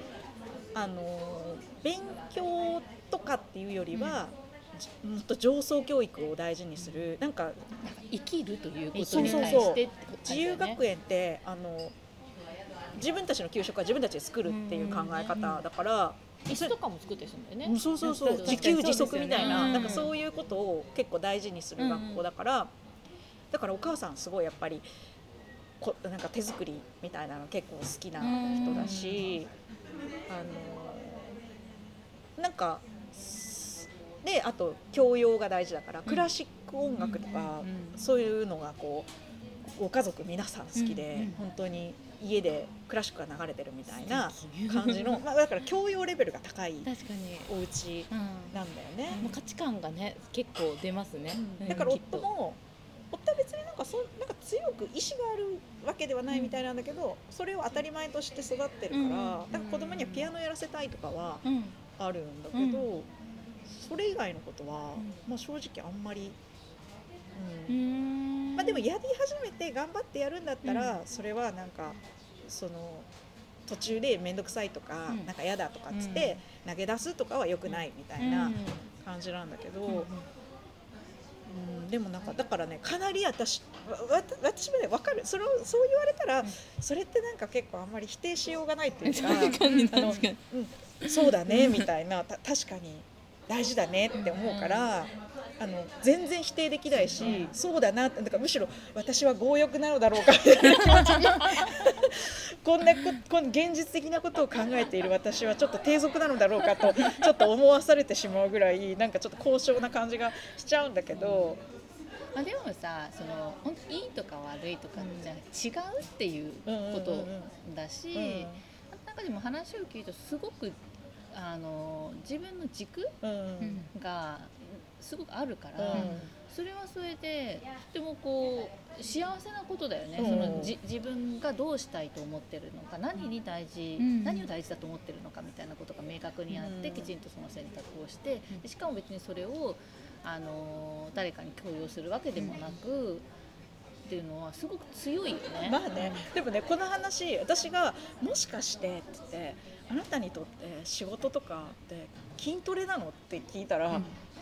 勉強とかっていうよりは、もっと上層教育を大事にする、なんか生きるということに対してってことですよね。 自由学園って自分たちの給食は自分たちで作るっていう考え方だから、 椅子とかも作ってるんだよね。 そう自給自足みたいな、なんかそういうことを結構大事にする学校だから、だからお母さんすごいやっぱりなんか手作りみたいなの結構好きな人だし、なんかで、あと教養が大事だから、クラシック音楽とか、そういうのがこうご家族皆さん好きで、本当に家でクラシックが流れてるみたいな感じの、だから教養レベルが高いお家なんだよね。 価値観がね結構出ますね。 だから夫は別になんか強く意志があるわけではないみたいなんだけど、それを当たり前として育ってるから、なんか子供にはピアノやらせたいとかはあるんだけど、それ以外のことは、正直あんまり、でもやり始めて頑張ってやるんだったら、それはなんかその途中で面倒くさいとか、なんか嫌だとかっつって投げ出すとかは良くないみたいな感じなんだけど、でもなんかだからね、かなり私もね分かる、そう言われたら、それってなんか結構あんまり否定しようがないっていうか、そうだねみたいな、確かに大事だねって思うから、全然否定できないし、そうだなって、だからむしろ私は強欲なのだろうかみたいな気持ちにこんな現実的なことを考えている私はちょっと低俗なのだろうかとちょっと思わされてしまうぐらい、なんかちょっと高尚な感じがしちゃうんだけど、 でもさ、本当いいとか悪いとかじゃ違うっていうことだし、中でも話を聞いるとすごく自分の軸がすごくあるから、それはそれでとてもこう幸せなことだよね。自分がどうしたいと思ってるのか、何を大事だと思ってるのかみたいなことが明確にあって、きちんとその選択をして、しかも別にそれを誰かに強要するわけでもなくっていうのはすごく強いよね。 でもね、この話私がもしかしてって言って、あなたにとって仕事とかって筋トレなのって聞いたら、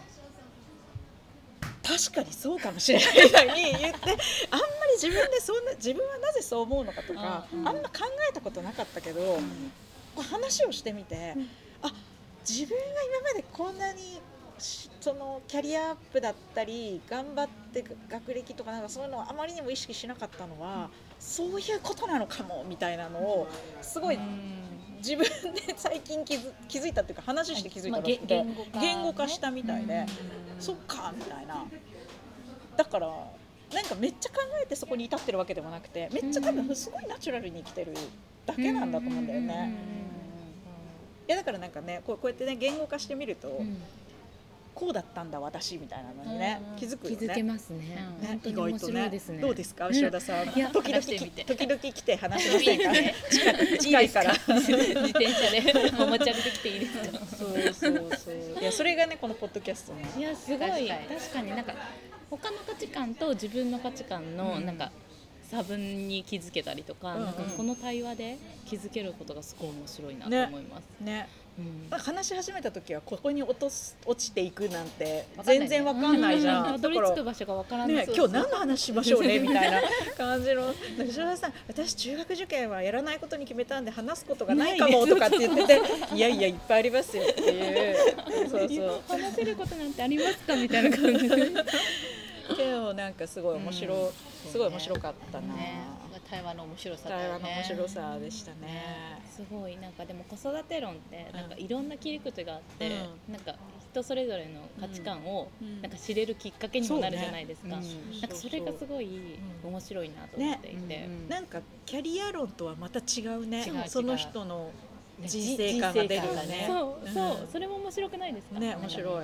確かにそうかもしれないみたいに言って、あんまり自分はなぜそう思うのかとか、あんま考えたことなかったけど、話をしてみて、自分が今までこんなにそのキャリアアップだったり頑張って学歴とかなんかそういうのをあまりにも意識しなかったのは、そういうことなのかもみたいなのをすごい自分で最近気づいたっていうか、話して気づいたらしくて、言語化したみたいで、そっかみたいな。だからなんかめっちゃ考えてそこに至ってるわけでもなくて、めっちゃ多分すごいナチュラルに生きてるだけなんだと思うんだよね。いやだからなんかね、こうやってね言語化してみると、こうだったんだ私みたいなのにね、気づくよね。 気づけますね。意外とね。 どうですか、塩田さん。時々来て話しませんか。近いから。 自転車でお持ち歩いてきていいですか。 そう。いやそれがねこのポッドキャストね。 いやすごい、確かになんか他の価値観と自分の価値観のなんか差分に気づけたりとか、なんかこの対話で気づけることがすごい面白いなと思います。 ね。話し始めた時はここに落ちていくなんて全然わかんないじゃん。 たどり着く場所がわからない。 今日何の話しましょうねみたいな感じの。吉田さん、私中学受験はやらないことに決めたんで話すことがないかもとかって言ってて、いやいっぱいありますよっていう。 話せることなんてありますかみたいな感じで。 けどなんかすごい面白かったな。 対話の面白さでしたね。 すごいなんかでも子育て論ってなんかいろんな切り口があって、なんか人それぞれの価値観をなんか知れるきっかけにもなるじゃないですか。なんかそれがすごい面白いなと思っていて、 なんかキャリア論とはまた違うね。その人の人生観が出るよね。 そうそれも面白くないですか。 ね、面白い。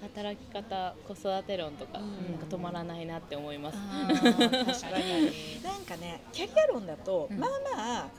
働き方子育て論とか、なんか止まらないなって思います。 確かになんかねキャリア論だと、まあまあ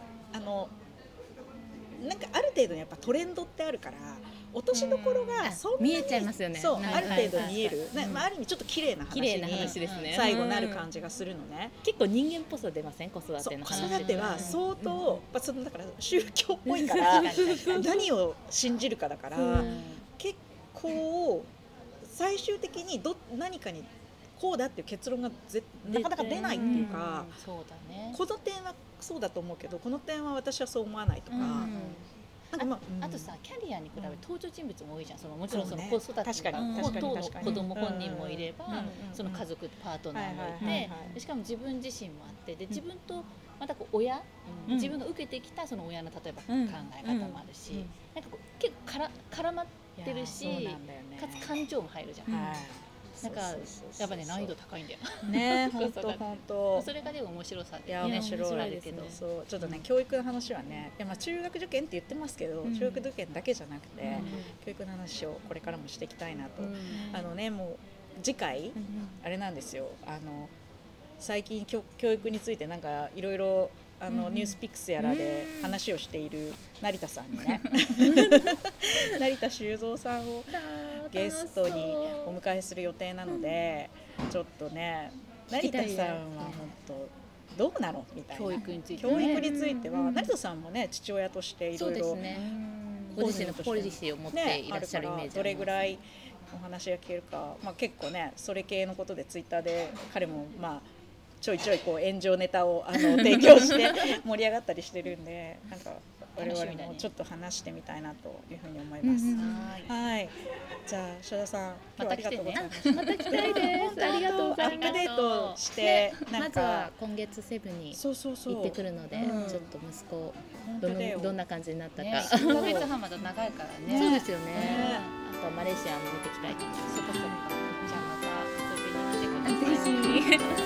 なんかある程度やっぱトレンドってあるから落としどころがそんなに見えちゃいますよね。 そうある程度見える、ある意味ちょっと綺麗な話ですね。 最後なる感じがするのね。 結構人間っぽさ出ません？子育ての話。 子育ては相当、だから宗教っぽいから何を信じるかだから、結構最終的に何かにこうだっていう結論がなかなか出ないっていうか、 そうだね、 この点はそうだと思うけどこの点は私はそう思わないとか。 あとさキャリアに比べ登場人物も多いじゃん。もちろんその子育ての子供本人もいれば、その家族パートナーもいて、しかも自分自身もあって、で自分とまた親、自分が受けてきたその親の例えば考え方もあるし、なんか結構絡まってるし、かつ感情も入るじゃん。なんかやっぱね難易度高いんだよね。本当それがでも面白さで、 面白いですけど、そうちょっとね教育の話はね、中学受験って言ってますけど、中学受験だけじゃなくて、教育の話をこれからもしていきたいなと。もう次回あれなんですよ。最近教育についてなんかいろいろニュースピックスやらで話をしている成田さんにね成田修造さんをゲストにお迎えする予定なので、ちょっとね成田さんは本当どうなのみたいな、 教育については成田さんもね父親としていろいろご自身のポリシーを持っていらっしゃるイメージ、 どれぐらいお話が聞けるか、結構ねそれ系のことでツイッターで彼もちょいちょいこう炎上ネタを提供して盛り上がったりしてるんで、なんか我々もちょっと話してみたいなというふうに思います。はい。じゃあ正田さん、今日はありがとうございました。 また来たいです。ありがとうございます。 アップデートしてまずは今月セブに行ってくるので、ちょっと息子どんな感じになったか。 1ヶ月半まだ長いからね。 そうですよね。あとはマレーシアも見てきたいと思います。 そっか。じゃあまた遊びに来てください。